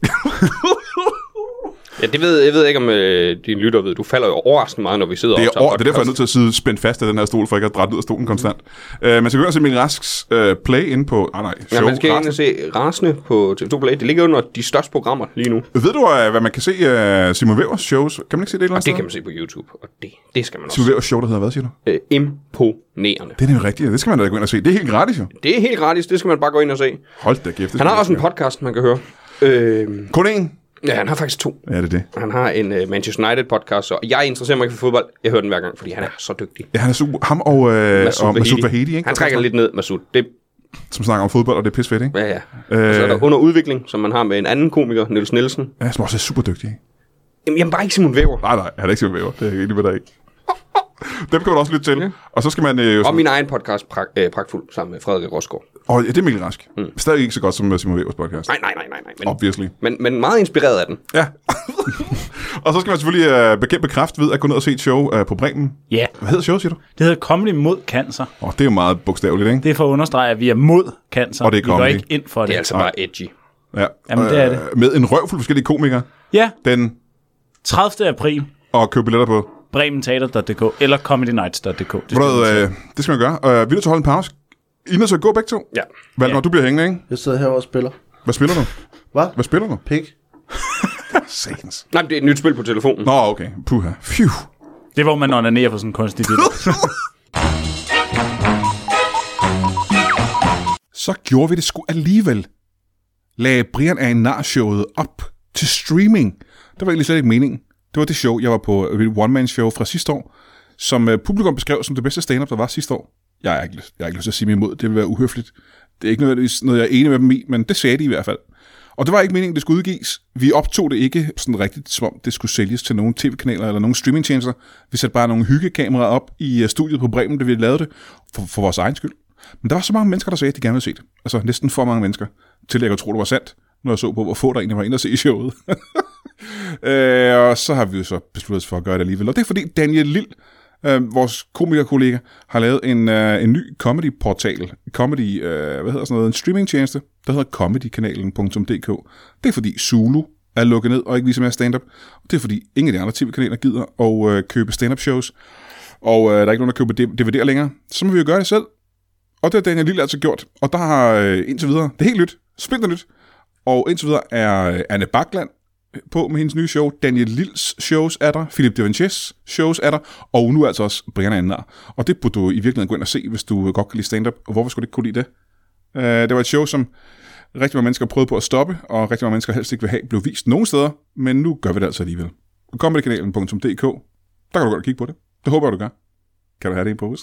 Ja, jeg ved ikke, om dine lytter ved. Du falder jo overraskende meget, når vi sidder det er derfor, jeg er nødt til at sidde spændt fast af den her stol, for ikke at drætte ud af stolen konstant. Man skal gå ind og se Mikkel Rasks play inde på... show. Ja, man skal ind og se Rasende på TV2 Play. Det ligger under de største programmer lige nu. Ved du, hvad man kan se Simon Vævers shows? Kan man ikke se det et eller andet sted? Det kan man se på YouTube, og det skal man også. Simon Vævers show, der hedder hvad, siger du? Imponerende. Det er nemlig rigtigt, det skal man da gå ind og se. Det er helt gratis, jo. Det er helt gratis, det skal man bare gå ind og se. Hold da kæft. Han har også en podcast, man kan høre. Kun én? Ja, han har faktisk 2. Ja, det er det. Han har en Manchester United podcast, og jeg interesserer mig ikke for fodbold. Jeg hører den hver gang, fordi han er så dygtig. Ja, han er super. Ham og Masoud Vahedi, ikke? Han trækker lidt ned, Masoud. Som snakker om fodbold, og det er pissefedt, ikke? Ja. Og så er der under udvikling, som man har med en anden komiker, Niels Nielsen. Ja, som også er super dygtig, ikke? Jamen bare ikke Simon Væver. Nej, han er ikke Simon Væver. Det er ikke hvad der ikke. Dem kan du også lytte til. Ja. Og så skal man... og min egen podcast, Pragtfuld, sammen med Frederik Rosgaard. Og det er Mikkel Rask. Stadig ikke så godt som Simon Vævers podcast. Nej. Men, obviously. Men meget inspireret af den. Ja. Og så skal man selvfølgelig bekæmpe kræft ved at gå ned og se et show på Bremen. Ja. Yeah. Hvad hedder showet, siger du? Det hedder Comedy mod cancer. Det er jo meget bogstaveligt, ikke? Det er for at understrege, at vi er mod cancer. Og det er vi går ikke ind for det. Det er altså bare edgy. Ja. Jamen, det er det. Med en røvfuld forskellige komikere. Ja. Den 30. april. Og købe billetter på brementeater.dk eller comedynights.dk. Det skal man gøre. Vi er nødt til at holde en pause. I er nødt til at gå begge to? Ja. Valdemar, du bliver hængende, ikke? Jeg sidder her og spiller. Hvad spiller du? Hvad spiller du? Pig. Satans. Nej, det er et nyt spil på telefonen. Nå, okay. Puha. Phew. Det er, hvor man onanerer på sådan en kunstig lille. Så gjorde vi det sgu alligevel. Lagde Brian af Nar-showet op til streaming. Det var egentlig slet ikke meningen. Det var det show, jeg var på, et one-man-show fra sidste år, som publikum beskrev som det bedste stand-up, der var sidste år. Jeg har ikke lyst til at sige mig imod, det vil være uhøfligt. Det er ikke nødvendigvis noget, jeg er enig med dem i, men det sagde de i hvert fald. Og det var ikke meningen, det skulle udgives. Vi optog det ikke sådan rigtigt, som om det skulle sælges til nogle tv-kanaler eller nogle streamingtjenester. Vi satte bare nogle hyggekameraer op i studiet på Bremen, da vi lavede det, for vores egen skyld. Men der var så mange mennesker, der sagde, at de gerne ville se det. Altså næsten for mange mennesker, til jeg kunne tro, det var sandt, når jeg så på, hvor få der egentlig var inde og se showet. Og så har vi jo så besluttet os for at gøre det alligevel. Og det er fordi Daniel Lille, vores komikerkollega, har lavet en ny comedy-portal. En streamingtjeneste, der hedder comedykanalen.dk. Det er fordi Zulu er lukket ned og ikke viser mere stand-up. Det er fordi ingen af de andre tv-kanaler gider at købe stand-up shows. Og der er ikke nogen, der køber DVD'er længere. Så må vi jo gøre det selv. Og det har Daniel Lille altså gjort. Og der har indtil videre, det er helt nyt, splinter nyt. Og indtil videre er Anne Bakland på med hendes nye show. Daniel Lilles shows er der. Philip Devanches shows er der. Og nu altså også Brian Andner. Og det burde du i virkeligheden gå ind og se, hvis du godt kan lide stand-up. Og hvorfor skulle du ikke kunne lide det? Det var et show, som rigtig mange mennesker prøvede på at stoppe, og rigtig mange mennesker helst ikke vil have blev vist nogen steder, men nu gør vi det altså alligevel. Comedykanalen.dk, der kan du godt kigge på det. Det håber jeg, du gør. Kan du have det i en pose?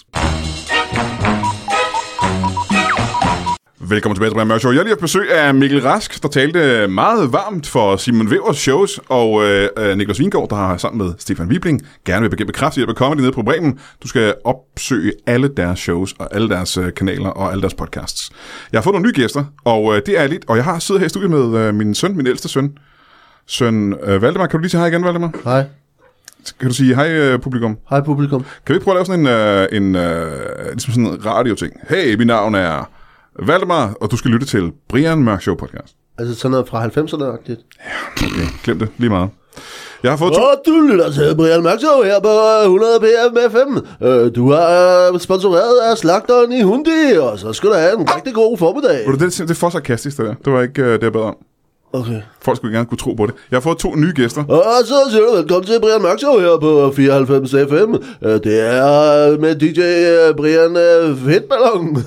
Velkommen tilbage til Brian Mørk Show. Jeg har lige haft besøg af Mikkel Rask, der talte meget varmt for Simon Vævers shows, og Niklas Vingård, der har sammen med Stefan Wibling gerne vil bekæmpe kraftigt at komme nede på Bremen. Du skal opsøge alle deres shows og alle deres kanaler og alle deres podcasts. Jeg har fået nogle nye gæster, og det er lidt, og jeg har siddet her i studiet med min søn, min ældste søn. Søn Valdemar, kan du lige sige hej igen, Valdemar? Hej. Kan du sige hej, publikum? Hej, publikum. Kan vi ikke prøve at lave ligesom sådan en radio-ting? Hey, mit navn er Valdemar, og du skal lytte til Brian Mørk Show podcast. Altså sådan noget fra 90'erne-agtigt? Ja, okay. Glem det. Lige meget. Jeg har fået du lytter til Brian Mørk Show her på 100 PM FM. Du er sponsoreret af slagteren i Hundi, og så skal du have en rigtig god formiddag. Det er for sarkastisk, det der. Det var ikke det, jeg bad om. Okay. Folk skulle gerne kunne tro på det. Jeg har fået 2 nye gæster. Og så siger du velkommen til Brian Mørk Show her på 94 FM. Det er med DJ Brian Fedtballon.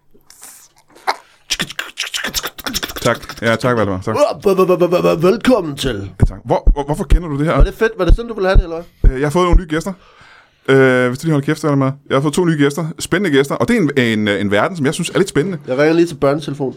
Tak. Ja, tak, Valdemar. Tak. Velkommen til. Ja, tak. Hvorfor kender du det her? Var det fedt? Var det sådan, du ville have det, eller hvad? Jeg har fået nogle nye gæster. Hvis du lige holder kæft, Valdemar. Jeg har fået 2 nye gæster. Spændende gæster. Og det er en verden, som jeg synes er lidt spændende. Jeg ringer lige til børnetelefonen.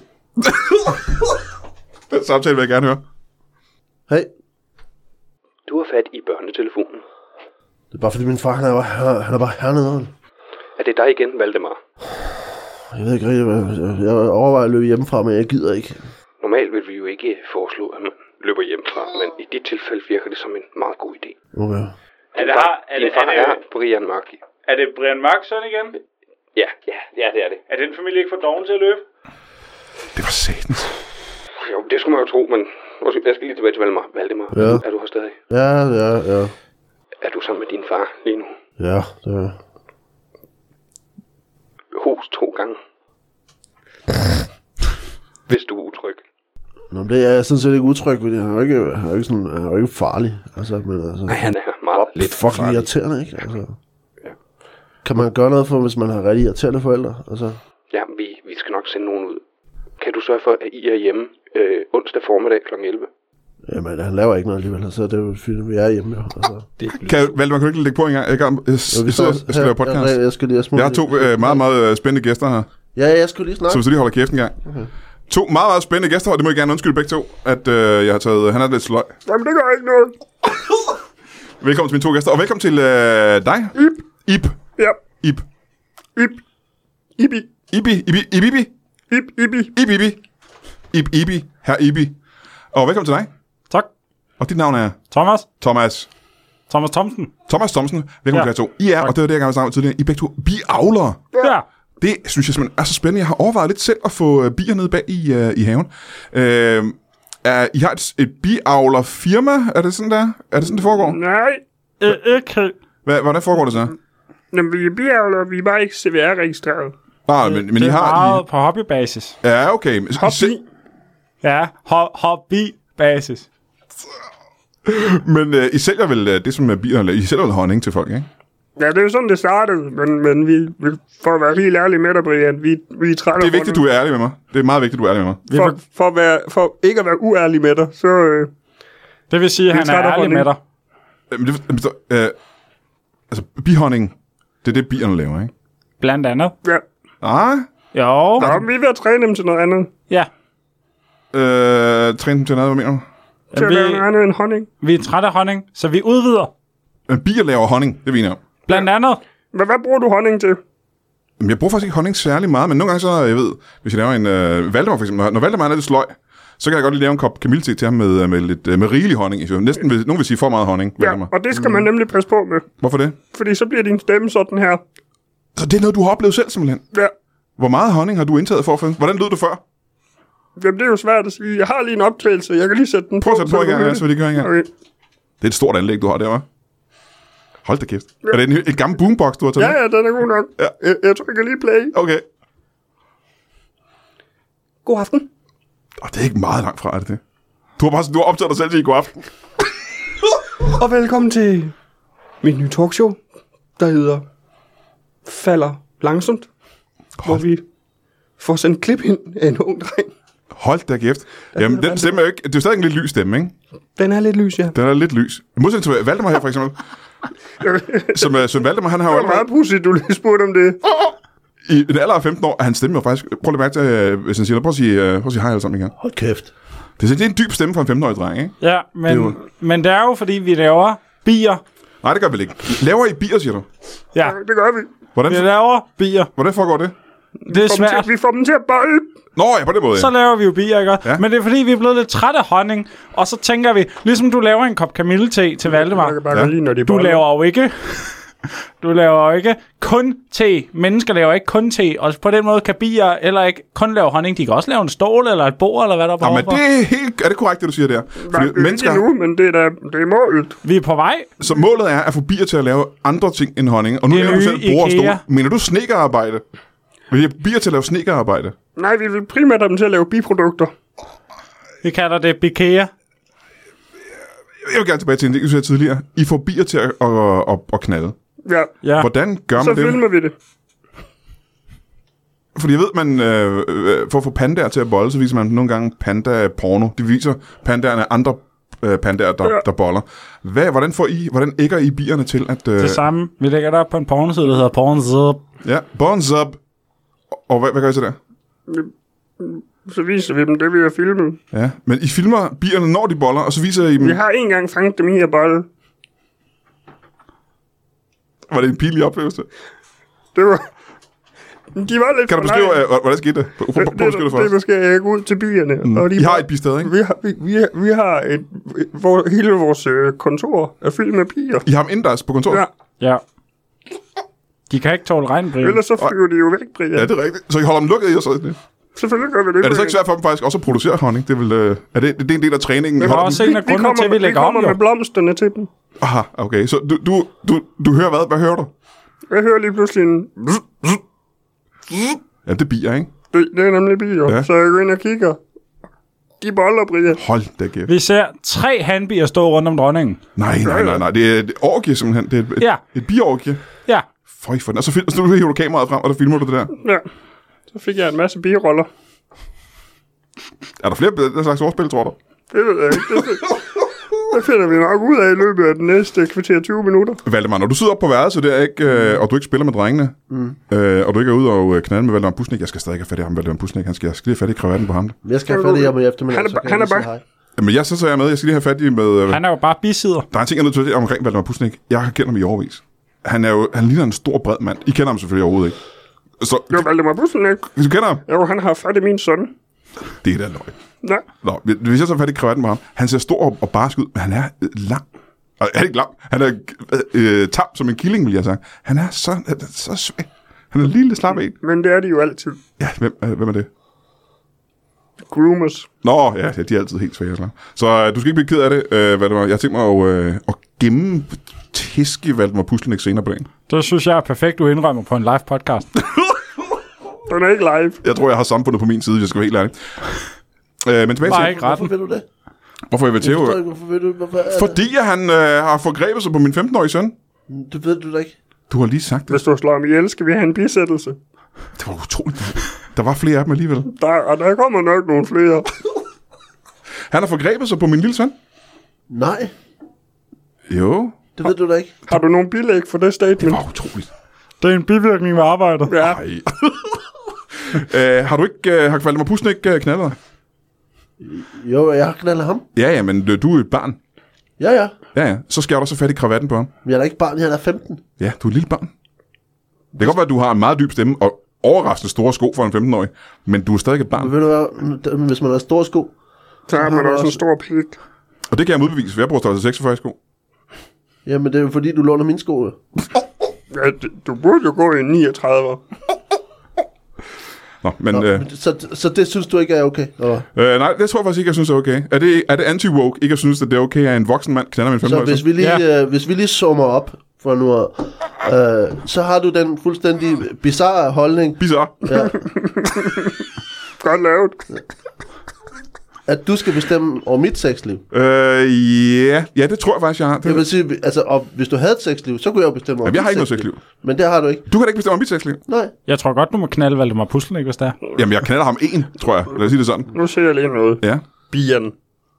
Den samtale vil jeg gerne høre. Hej. Du har fat i børnetelefonen. Det er bare fordi min far, han er bare hernede. Er det dig igen, Valdemar? Jeg ved ikke rigtig, jeg overvejer at løbe hjemmefra, men jeg gider ikke. Normalt vil vi jo ikke foreslå, at man løber hjemmefra, men i dit tilfælde virker det som en meget god idé. Okay. Din far er Brian Mørk. Er det Brian Mørk søn igen? Ja, det er det. Er den familie ikke for doven til at løbe? Det var satans. Jo, det skulle man jo tro, men jeg skal lige tilbage til Valdemar. Ja. Er du her stadig? Ja. Er du sammen med din far lige nu? Ja, det er. Host 2 gange. Hvis du er utryg. Nå, det er jeg sådan set ikke utryg, fordi han er jo ikke farlig. Altså, men altså. Nej, han er meget lidt fucking irriterende, ikke? Altså. Ja. Kan man gøre noget for, hvis man har rigtig irriterende forældre? Altså. Ja, vi skal nok sende nogen ud. Kan du sørge for, at I er hjemme onsdag formiddag kl. 11? Jamen, han laver ikke noget alligevel, så det er jo fint, vi er hjemme. Altså. Valdemar, kan du ikke lægge på en gang? Jeg skal lave podcast. Jeg har 2 meget, meget spændende gæster her. Ja, jeg skulle lige snakke. Så hvis du lige holder kæft en gang. Okay. 2 meget, meget spændende gæster, og det må jeg gerne undskylde begge 2, at jeg har taget... Han er lidt sløj. Jamen, det gør ikke noget. Velkommen til mine 2 gæster, og velkommen til dig. Ib. Ja. Ib. Ibi. Herr Ibi. Og velkommen til dig. Tak. Og dit navn er? Thomas Thomsen. Velkommen til jer 2. I er, tak. og det var det, jeg gerne snakke om tidligere, I begge 2 biavlere. Ja. Det synes jeg simpelthen er så spændende. Jeg har overvejet lidt selv at få bier nede bag i haven. I har et biavlerfirma? Er det sådan der? Er det sådan, det foregår? Nej. Ikke. Hvordan foregår det så? Jamen, vi er biavlere, vi er bare ikke CVR-registreret. Men I har... meget på hobbybasis. Ja, okay. Hobby. Ja, hobbybasis. Men I sælger vel det, som er bier, eller I sælger vel honning til folk, ikke? Ja, det er jo sådan, det startede, men vi for at være helt ærlig med dig, Brian, vi er trætte. Det er vigtigt, du er ærlig med mig. Det er meget vigtigt, du er ærlig med mig. For ikke at være uærlig med dig, så... det vil sige, at han er ærlig med dig. Altså, bihonning, det er det, bierne laver, ikke? Blandt andet. Ja. Jo. Nå, vi er ved at træne dem til noget andet. Ja. Træne dem til noget, hvad mener du? Til at lave noget andet end honning. Vi er trætte af honning, så vi udvider. Men bier laver honning, det er vi enige om. Blandt andet. Men hvad bruger du honning til? Jamen, jeg bruger faktisk ikke honning særlig meget, men nogle gange så, jeg ved, hvis jeg laver en Valdemar for eksempel, når Valdemar er lidt sløj, så kan jeg godt lige lave en kop kamillete til ham med rigelig honning. Næsten nogen vil sige for meget honning. Ja, og det skal man nemlig passe på med. Hvorfor det? Fordi så bliver din stemme sådan her. Så det er noget, du har oplevet selv simpelthen? Ja. Hvor meget honning har du indtaget for? Hvordan lød du før? Jamen, det er jo svært at sige. Jeg har lige en optagelse. Jeg kan lige sætte den på. Prøv at sætte på en gang, så vi det gør en gang. Okay. Det er et stort anlæg, du har der, hva'? Hold da kæft. Ja. Er det en gammel boombox, du har taget? Ja, den er god nok. Ja. Jeg tror, jeg kan lige play. Okay. God aften. Det er ikke meget langt fra, er det det? Du har optaget dig selv til i god aften. Og velkommen til mit nye talkshow, der hedder Falder Langsomt, hvor vi får sendt klip ind af en ung dreng, Hold da kæft. Jamen, den stemme er jo ikke... Det er jo stadig en lidt lys stemme, ikke? Den er lidt lys, ja. Den er lidt lys. I modsætning til Valdemar her, for eksempel. Som Søren Valdemar, han har jo... Det var meget pudsigt, du lige spurgte om det. I en alder af 15 år er han stemme jo faktisk... Prøv lige mærke til, hvis han siger, prøv at sige hej alle sammen igen. Hold kæft. Det er en dyb stemme for en 15-årig dreng, ikke? Ja, men det er jo, fordi vi laver bier. Nej, det gør vi ikke. Laver I bier, siger du? Ja, det gør vi. Vi laver bier. Hvordan foregår det? Det er svært. Vi får dem til at bolle. Nå, ja, på den måde. Så laver vi jo bier, ikke? Ja. Men det er fordi, vi er blevet lidt trætte af honning. Og så tænker vi, ligesom du laver en kop kamillete til Valdemar. Du laver jo ikke kun te. Mennesker laver ikke kun te. Og på den måde kan bier eller ikke kun lave honning. De kan også lave en stål eller et bord, eller hvad der er behov for. Men er det korrekt, det du siger der? Nej, det er mennesker... ikke nu, men det er målet. Vi er på vej. Så målet er at få bier til at lave andre ting end honning. Og nu laver du selv bord og stål. Mener du snedkerarbejde? Vil I bier til at lave snedkerarbejde? Nej, vi vil primært have dem til at lave biprodukter. Vi kalder det Bikea. Jeg vil gerne tilbage til en ting, du sagde tidligere. I får bier til at knalde. Ja. Hvordan gør man så det? Så filmer vi det. Fordi jeg ved, man for at få pandaer til at bolle, så viser man nogle gange panda-porno. De viser pandaerne andre pandaer, der boller. Hvordan ægger I bierne til at... Det samme. Vi lægger der op på en pornoside, der hedder Pornzub. Ja, Pornzub. Og hvad gør I så der? Så viser vi dem det, vi har filmet. Ja, men I filmer bierne, når de boller, og så viser I dem... Vi har en gang fanget dem i at bolle. Var det en pinlig oplevelse? Det var... De var lidt... Kan du beskrive, hvordan skete det? Det beskriver jeg ud til bierne. Og I har et bistad, ikke? Vi har hele vores kontor er fyldt med bier. I har dem indendørs på kontoret? Ja. De kan ikke tåle regn, Brian. Ellers så flyver de jo væk, Brian. Ja, det er rigtigt. Så I holder dem lukket i og sådan det? Selvfølgelig gør vi det. Er det så ikke svært for dem faktisk også at producere honning? Det er, vel, er det en del af træningen? Det var også en af grundene til, at vi lægger om, jo. Vi kommer med blomsterne til dem. Aha, okay. Så du hører hvad? Hvad hører du? Jeg hører lige pludselig en... Ja, det er bier, ikke? Det er nemlig bier. Ja. Så jeg går ind og kigger. De boller, Brian. Hold da kæft. Vi ser 3 hanbier stå rundt om dronningen. Nej. Det er et orgie, simpelthen. Det er et biorgie. Ja. Føj for den. Og så hiver du kameraet frem, og der filmer du det der. Ja. Så fik jeg en masse biroller. Er der flere der slags ordspil, tror du? Det ved jeg ikke. Det finder vi nok ud af i løbet af den næste kvarter 20 minutter. Valdemar, når du sidder op på værelset der, ikke, og du ikke spiller med drengene, og du ikke er ude og knalde med Valdemar Pusnik, jeg skal stadig have fat i ham, Valdemar Pusnik. Jeg skal lige have fat i kravatten på ham. Jeg skal have fat i ham i eftermiddag, han er bare... Jamen, så er jeg med. Jeg skal lige have fat i med... Han er jo bare bisider. Der er en ting, jeg er nødt til at sige omkring Valdemar Pusnik. Jeg har kendt ham i årevis. Han ligner en stor, bred mand. I kender ham selvfølgelig overhovedet ikke. Så, jo, Valdemar Pusnik. Du kender ham? Jo, han har fat i min søn. Det er da løgn. Nej. Nå, hvis jeg så fat i kravatten på ham, han ser stor og barsk ud, men han er lang. Og er ikke lang. Han er tam som en killing, vil jeg sige. Han er så svag. Han er en lille slap af. Men det er de jo altid. Ja, hvem er det? Groomers. Nå, ja, de er altid helt svage. Så du skal ikke blive ked af det, Valdemar. Jeg tænker mig at gemme tæske Valdemar Puslenik senere på dagen. Det synes jeg er perfekt, du indrømmer på en live podcast. Den er ikke live. Jeg tror, jeg har samfundet på min side, hvis jeg skal være helt ærlig. Men tilbage til... Ikke retten. Hvorfor vil du det? Hvorfor jeg vil til? Hvorfor fordi han har forgrebet sig på min 15-årige søn. Det ved du da ikke. Du har lige sagt det. Hvis du slår ham ihjel, skal vi have en bisættelse. Det var utroligt. Der var flere af dem alligevel. Der kommer nok nogle flere. Han har forgrebet sig på min lille søn? Nej. Jo. Det ved du da ikke. Har du nogen bilæg for det statement? Det var utroligt. Det er en bivirkning ved arbejdet. Ja. Har du ikke har Valdemar Pusnik knaldet? Jo, jeg har knaldet ham. Ja, men du er et barn. Ja. Ja, så skal du så fat i kravatten på ham. Men jeg er da ikke barn, jeg er 15. Ja, du er et lille barn. Det kan godt være, at du har en meget dyb stemme og overraskende store sko for en 15-årig, men du er stadig et barn. Men ved du hvad, hvis man har store sko, så har man også en stor pik. Og det kan jeg modbevise, for jeg bruger størrelse 46 sko. Jamen, det er jo fordi, du låner mine sko. Ja, du burde jo gå i 39. Nå, men... Så det synes du ikke er okay? Nej, det tror jeg faktisk ikke, jeg synes er okay. Er det anti-woke, ikke at synes, at det er okay, at en voksen mand knaller med en 15-årig? Så hvis vi lige zoomer op for nu, så har du den fuldstændig bizarre holdning. Bizarre? Ja. Godt lavet. at du skal bestemme over mit sexliv? Ja, det tror jeg faktisk, jeg har. Det vil sige, altså, og hvis du havde et sexliv, så kunne jeg jo bestemme over jeg har ikke noget sexliv. Men det har du ikke. Du kan da ikke bestemme over mit sexliv? Nej. Jeg tror godt, du må knalde Valdemar Puslenik, hvis det er. Jamen, jeg knaller ham en, tror jeg. Lad os sige det sådan. Nu ser jeg lige noget. Ja. Bieren.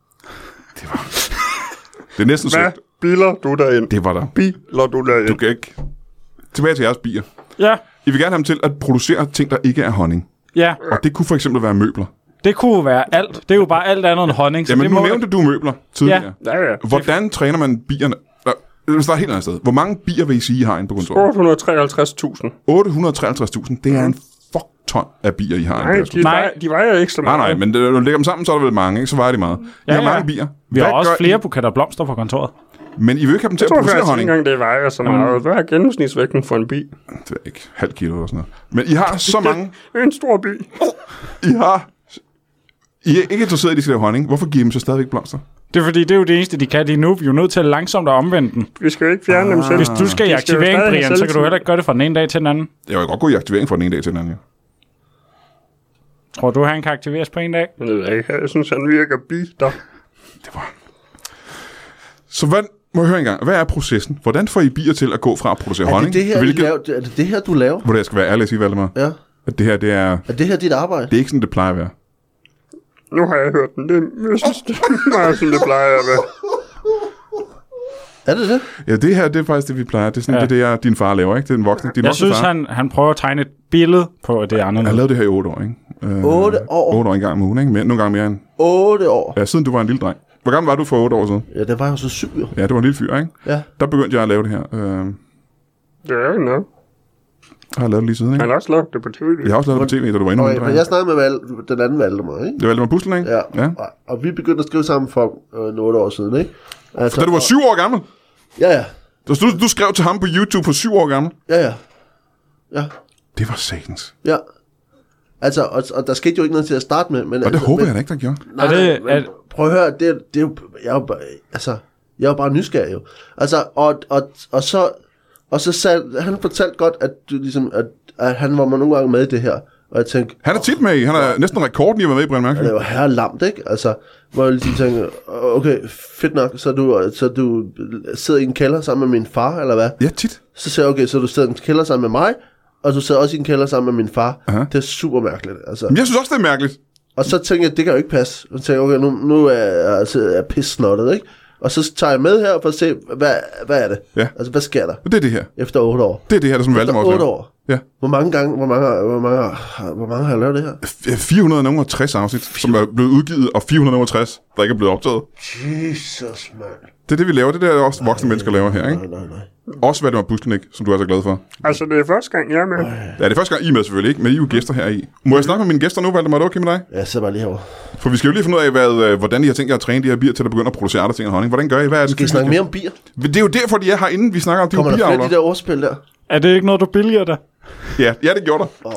Det er næsten Hvad søgt. biler du derind? Det var der. Biler du derind? Du kan ikke... Tilbage til jeres bier. Ja. I vil gerne have dem til at producere ting, der ikke er honning. Ja. Og det kunne for eksempel være møbler. Det kunne være alt. Det er jo bare alt andet end honning. Jamen, nu nævnte du møbler tidligere. Ja. Hvordan træner man bierne? Hvis der er helt andet sted. Hvor mange bier vil I sige, I har inde på kontoret? 853.000. 853.000. Det er en fuck-ton af bier, I har Nej, inde. de vejer ikke så meget. Nej, men når du lægger dem sammen, så er der vel mange, ikke? Så vejer de meget. I har mange bier. Vi har også flere buketter blomster på kontoret. Men I vil ikke have dem til at producere honning? Jeg tror faktisk ikke engang, det vejer så meget. Hvad er gennemsnitsvægten for en bi? Det er ikke halv kilo eller sådan noget. Men I har så mange... En stor bi. I er ikke interesseret i, at de skal lave honning. Hvorfor giver I dem så stadigvæk blomster? Det er fordi, det er jo det eneste, de kan lige nu. Vi er jo nødt til at langsomt at omvende den. Vi skal jo ikke fjerne dem selv. Hvis du skal i aktivering, Brian, så kan du heller ikke gøre det fra den ene dag til den anden. Jeg vil godt gå i aktivering fra den ene dag til den anden, ja. Tror du, han kan aktiveres på en dag? Jeg synes, han virker bitter. Det var... Så må jeg høre engang. Hvad er processen? Hvordan får I bier til at gå fra at producere honning? Er det det her, du laver? Hvor jeg skal være ærlig at sige, Valdemar. Ja. At det her, det er... Er det her dit arbejde? Det er ikke sådan, det plejer at være. Nu har jeg hørt den. Jeg synes, det er meget, som det plejer at være. Er det det? Ja, det her, det er faktisk det, vi plejer. Det er sådan, det er det, din far laver, ikke? Det er den voksne. Jeg synes, han prøver at tegne et billede på det andet. Han har lavet det her i 8 år, ikke? 8 år? 8 år en gang om ugen, ikke? Nogle gange mere end... 8 år? Ja, siden du var en lille dreng. Hvor gammel var du for 8 år siden? Ja, det var jo så 7 år. Ja, det var en lille fyr, ikke? Ja. Der begyndte jeg at lave det her. Det er jo noget. Jeg har lavet det lige siden, ikke? Han har også lavet det på tv. Jeg har også lavet det på tv, da du var endnu mindre. Men jeg snakkede med den anden Valdemar, ikke? Det var Valdemar Puslen, ikke? Ja. Og vi begyndte at skrive sammen for 8 år siden, ikke? Altså, da du var 7 år gammel? Ja. Du skrev til ham på YouTube på 7 år gammel? Ja. Det var satans. Ja. Altså, og der skete jo ikke noget til at starte med. Men, og det håber jeg da ikke, der gjorde. Nej, prøv at høre, det er jo... Jeg er jo bare nysgerrig, jo. Altså, og så sagde, han fortalte godt, at, at han var nogle gange med i det her. Og jeg tænkte... Han er tit med i. Han er næsten rekorden i at være med i Brian Mørk. Det var herrelamt, ikke? Altså, hvor jeg ligesom tænkte, okay, fedt nok, så du sidder i en kælder sammen med min far, eller hvad? Ja, tit. Så sagde jeg, okay, så du sidder i en kælder sammen med mig, og du sidder også i en kælder sammen med min far. Aha. Det er super mærkeligt, altså. Men jeg synes også, det er mærkeligt. Og så tænkte jeg, det kan jo ikke passe. Og så tænkte jeg, okay, nu er jeg pissnottet, ikke? Og så tager jeg med her for at se, hvad er det? Ja. Altså, hvad sker der? Det er det her. Efter 8 år. Det er det her, der som Valdemar også 8 år? Ja. Hvor mange har jeg lavet det her? 460 afsnit, som er blevet udgivet, og 460, der ikke er blevet optaget. Jesus, man. Det er det, vi laver. Det er det, også voksne mennesker laver her, ikke? Nej. Også Valdemar Puslenik, som du er så glad for. Altså, det er første gang, jeg er med. Ja, det er første gang, I er med selvfølgelig, ikke? Men I er jo gæster her i. Må jeg snakke med mine gæster nu, Valdemar? Er det okay med dig? Ja, så bare lige herovre. For vi skal jo lige finde ud af, hvordan I har tænkt jer at træne de her bier til at begynde at producere andre ting end honning. Hvordan gør I? Hvad er det? Skal I snakke mere om bier? Det er jo derfor, de er herinde. Vi snakker om de Kommer der biavler. flere de der ordspil der? Er det ikke noget, du billiger der? Ja, det gjorde der.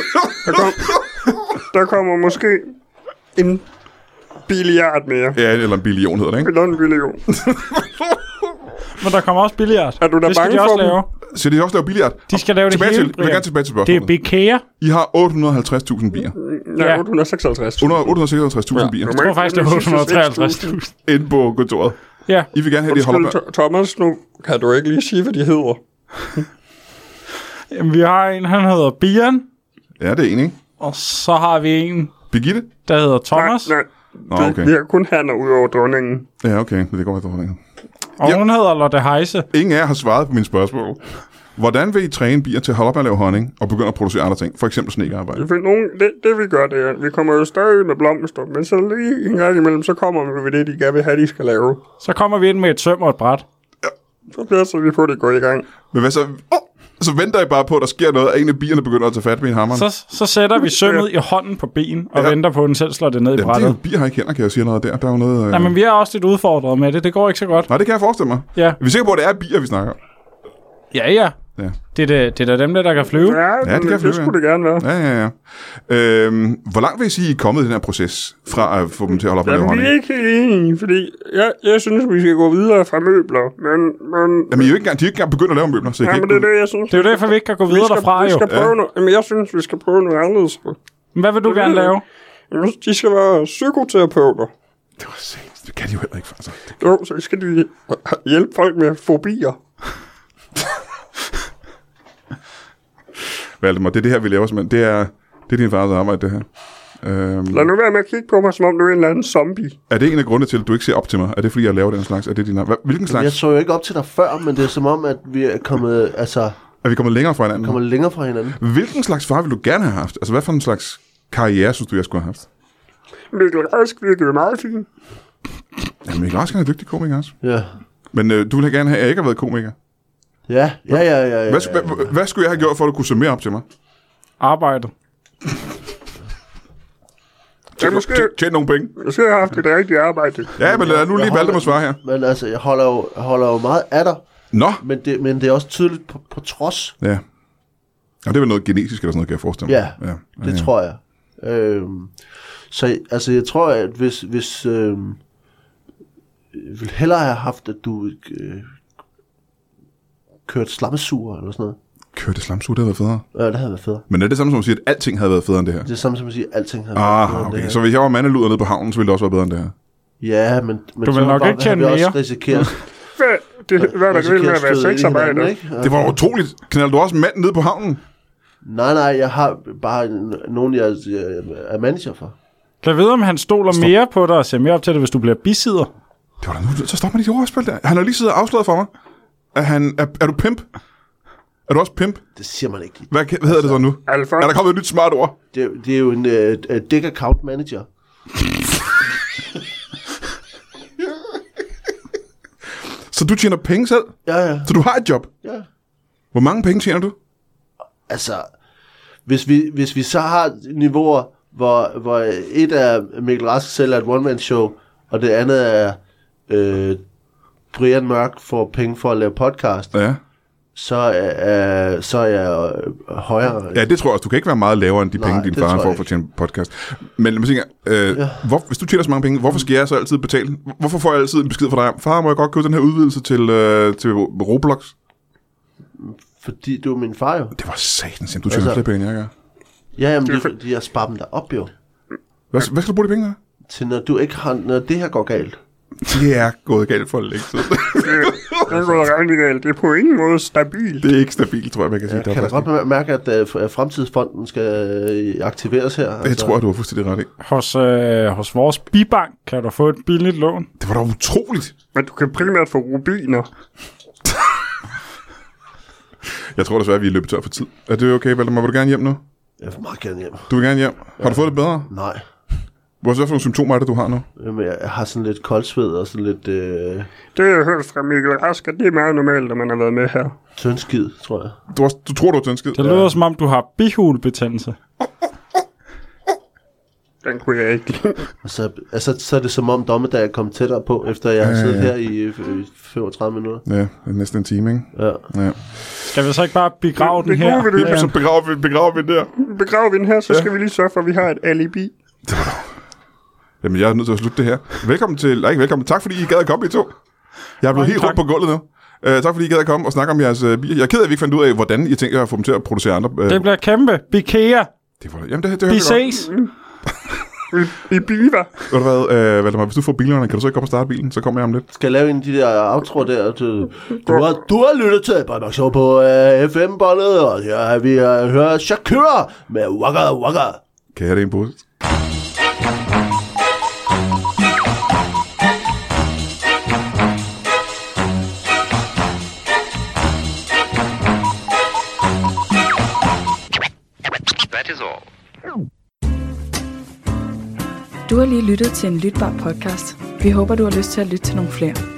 Der kommer måske en billiard mere. Ja, eller en billion hedder det, ikke? Eller en billion. Men der kommer også billiard. Er du da det skal bange de også for lave. Så de også lave billiard? De skal lave det hele, Jeg vil gerne tilbage til spørgsmålet. Det er Bikea. I har 850.000 bier. Ja, 856. 856.000 bier. Jeg tror faktisk, det er 853.000. Inde på kontoret. Ja. I vil gerne have, de holder på. Thomas, nu kan du ikke lige sige, hvad de hedder. Jamen, vi har en, han hedder Bian. Ja, det er en, ikke? Og så har vi en, Birgitte? der hedder Thomas. Nej. Nå, okay. Vi har kun hanner ud over dronningen. Ja, okay. Det går godt. Og hun hedder Lotte Heise. Ingen af jer har svaret på mine spørgsmål. Hvordan vil I træne bier til at holde op med at lave honning og begynde at producere andre ting? For eksempel snedkerarbejde. Det vi gør, det er, vi kommer jo stadig med blomster, men så lige en gang imellem, så kommer vi ved det, de gerne vil have, de skal lave. Så kommer vi ind med et søm og et bræt. Så passer vi på, at det går i gang. Men hvad så? Så venter I bare på, at der sker noget, at en af bierne begynder at tage fat med en hammer. Så sætter vi sømmet i hånden på ben og venter på, at den selv slår det ned i brættet. Jamen, bier har ikke hænder, kan jeg sige noget der. Der er jo noget... Nej, men vi er også lidt udfordret med det. Det går ikke så godt. Nej, det kan jeg forestille mig. Ja. Vi er sikre på, at det er bier, vi snakker. Ja. Det er da dem der kan flyve. Ja, det kan flyve. Det skulle det gerne være. Ja. Hvor langt vil I sige, I er kommet i den her proces fra at få dem til at holde op med at lave honning? Vi er ikke helt enige, fordi jeg synes, vi skal gå videre fra møbler, men... Jamen, de er jo ikke engang begyndt at lave møbler, så men det er det, jeg synes. Det er jo derfor, vi ikke kan gå videre derfra, vi skal prøve noget, men jeg synes, vi skal prøve noget andet. Hvad vil du gerne lave? De skal være psykoterapeuter. Det var sindssygt. Det kan de jo heller ikke, faktisk. Jo, så skal de hjælpe folk med fobier. Valdemar, det er det her, vi laver simpelthen. Det er din fars arbejde, det her. Lad nu være med at kigge på mig, som om du er en eller anden zombie. Er det en af grundene til, at du ikke ser op til mig? Er det, fordi jeg laver den slags? Er det din... Hvilken slags? Jeg så jo ikke op til dig før, men det er som om, at vi er kommet... Altså, er vi kommet længere fra hinanden? Kommet længere fra hinanden. Hvilken slags far vil du gerne have haft? Altså, hvad for en slags karriere, synes du, jeg skulle have haft? Mikkel Rask virkede meget fint. Ja, Mikkel Rask er en dygtig komiker også. Ja. Men du ville gerne have, at jeg ikke har været komiker? Ja. Hvad skulle jeg have gjort, for at du kunne se mere op til mig? Arbejde. Tjene nogle penge. Jeg skal have haft et rigtigt arbejde. Ja, men lad nu lige Valdemar svare her. Men altså, jeg holder jo meget af dig. Nå. Men det er også tydeligt på trods. Ja. Og det er vel noget genetisk eller sådan noget, kan jeg forestille mig. Ja, det tror jeg. Så altså, jeg tror, at hvis jeg ville hellere have haft, at du kørte slamsuger eller sådan noget. Kørte slamsuger, det havde været federe? Ja, det havde været federe. Men er det samme som at sige, at alting havde været federe end det her? Det er samme som at sige, at alting havde været federe end det her. Så hvis jeg var mandeluder nede på havnen, så ville det også være bedre end det her? Ja, men du vil nok ikke tjene mere. Også risikeret. Hvad er der vil med at være sexarbejder? Det var utroligt. Knalder du også mand nede på havnen? Nej, jeg har bare nogen, jeg er manager for. Kan jeg vide, om han stoler mere på dig og ser mere op til det, hvis du bliver bisidder? Det var da nu, så stopper de ordspil der. Han har lige siddet og afsløret for mig, at er du pimp? Er du også pimp? Det siger man ikke. Hvad hedder det så nu? Alfons. Er der kommet et nyt smart ord? Det er jo en dick account manager. Så du tjener penge selv? Ja. Så du har et job? Ja. Hvor mange penge tjener du? Altså, hvis vi så har niveauer, hvor et af Mikkel Rask selv er et one-man-show, og det andet er Brian Mørk får penge for at lave podcast, så er jeg højere. Ja, det tror jeg også. Du kan ikke være meget lavere end de penge, din far får for at tjene podcast. Men hvis du tjener så mange penge, hvorfor skal jeg så altid betale? Hvorfor får jeg altid en besked fra dig? Far, må jeg godt købe den her udvidelse til Roblox? Fordi du er min far jo. Det var satans, du tjener flere penge, jeg gør. Ja, jamen det er fordi, jeg sparer dem der op jo. Hvad skal du bruge de penge der? Til når du ikke har, når det her går galt. Det er gået galt for længe siden. Det er gået rigtig galt. Det er på ingen måde stabilt. Det er ikke stabilt, tror jeg, man kan sige. Jeg kan da godt mærke, at Fremtidsfonden skal aktiveres her. Det tror jeg, du har fuldstændig ret i. Hos vores bibank kan du få et billigt lån. Det var da utroligt. Men du kan primært få rubiner. Jeg tror desværre, at vi er løbet tør for tid. Er det okay, Valdemar? Vil du gerne hjem nu? Jeg vil meget gerne hjem. Du vil gerne hjem? Har du fået det bedre? Nej. Hvad for nogle symptomer er det, du har nu? Jamen, jeg har sådan lidt koldsved og sådan lidt... Det har jeg hørt fra Mikkel Rask, at det er meget normalt, at man har været med her. Tyndskid, tror jeg. Du tror, du har tyndskid? Det lyder som om, du har bihulebetændelse. Den kunne jeg ikke. Og så er det som om dommedag kom tættere på, efter jeg har siddet her i 35 minutter. Ja, det er næsten en time, ikke? Ja. Skal vi så ikke bare begrave den her? Så begraver vi den der. Begraver vi den her, så skal vi lige sørge for, at vi har et alibi. Jamen, jeg er nødt til at slutte det her. Velkommen. Tak fordi I gad at komme, I to. Jeg er blevet helt rundt på gulvet nu. Tak fordi I gad at komme og snakke om jeres bier. Jeg er ked af, at vi ikke fandt ud af, hvordan I tænker at få dem til at producere andre. Det bliver kæmpe. Bikea. Vi ses. I Biva. Ved du hvad, Valdemar, hvis du får bilerne, kan du så ikke komme og starte bilen? Så kommer jeg om lidt. Skal jeg lave en af de der outroer der? Du har lyttet til Danmark Show på FM-båndet, og ja, vi hører Shakira med Waka Waka. Kan jeg have det en pose? That is all. Du har lige lyttet til en lytbar podcast. Vi håber, du har lyst til at lytte til nogle flere.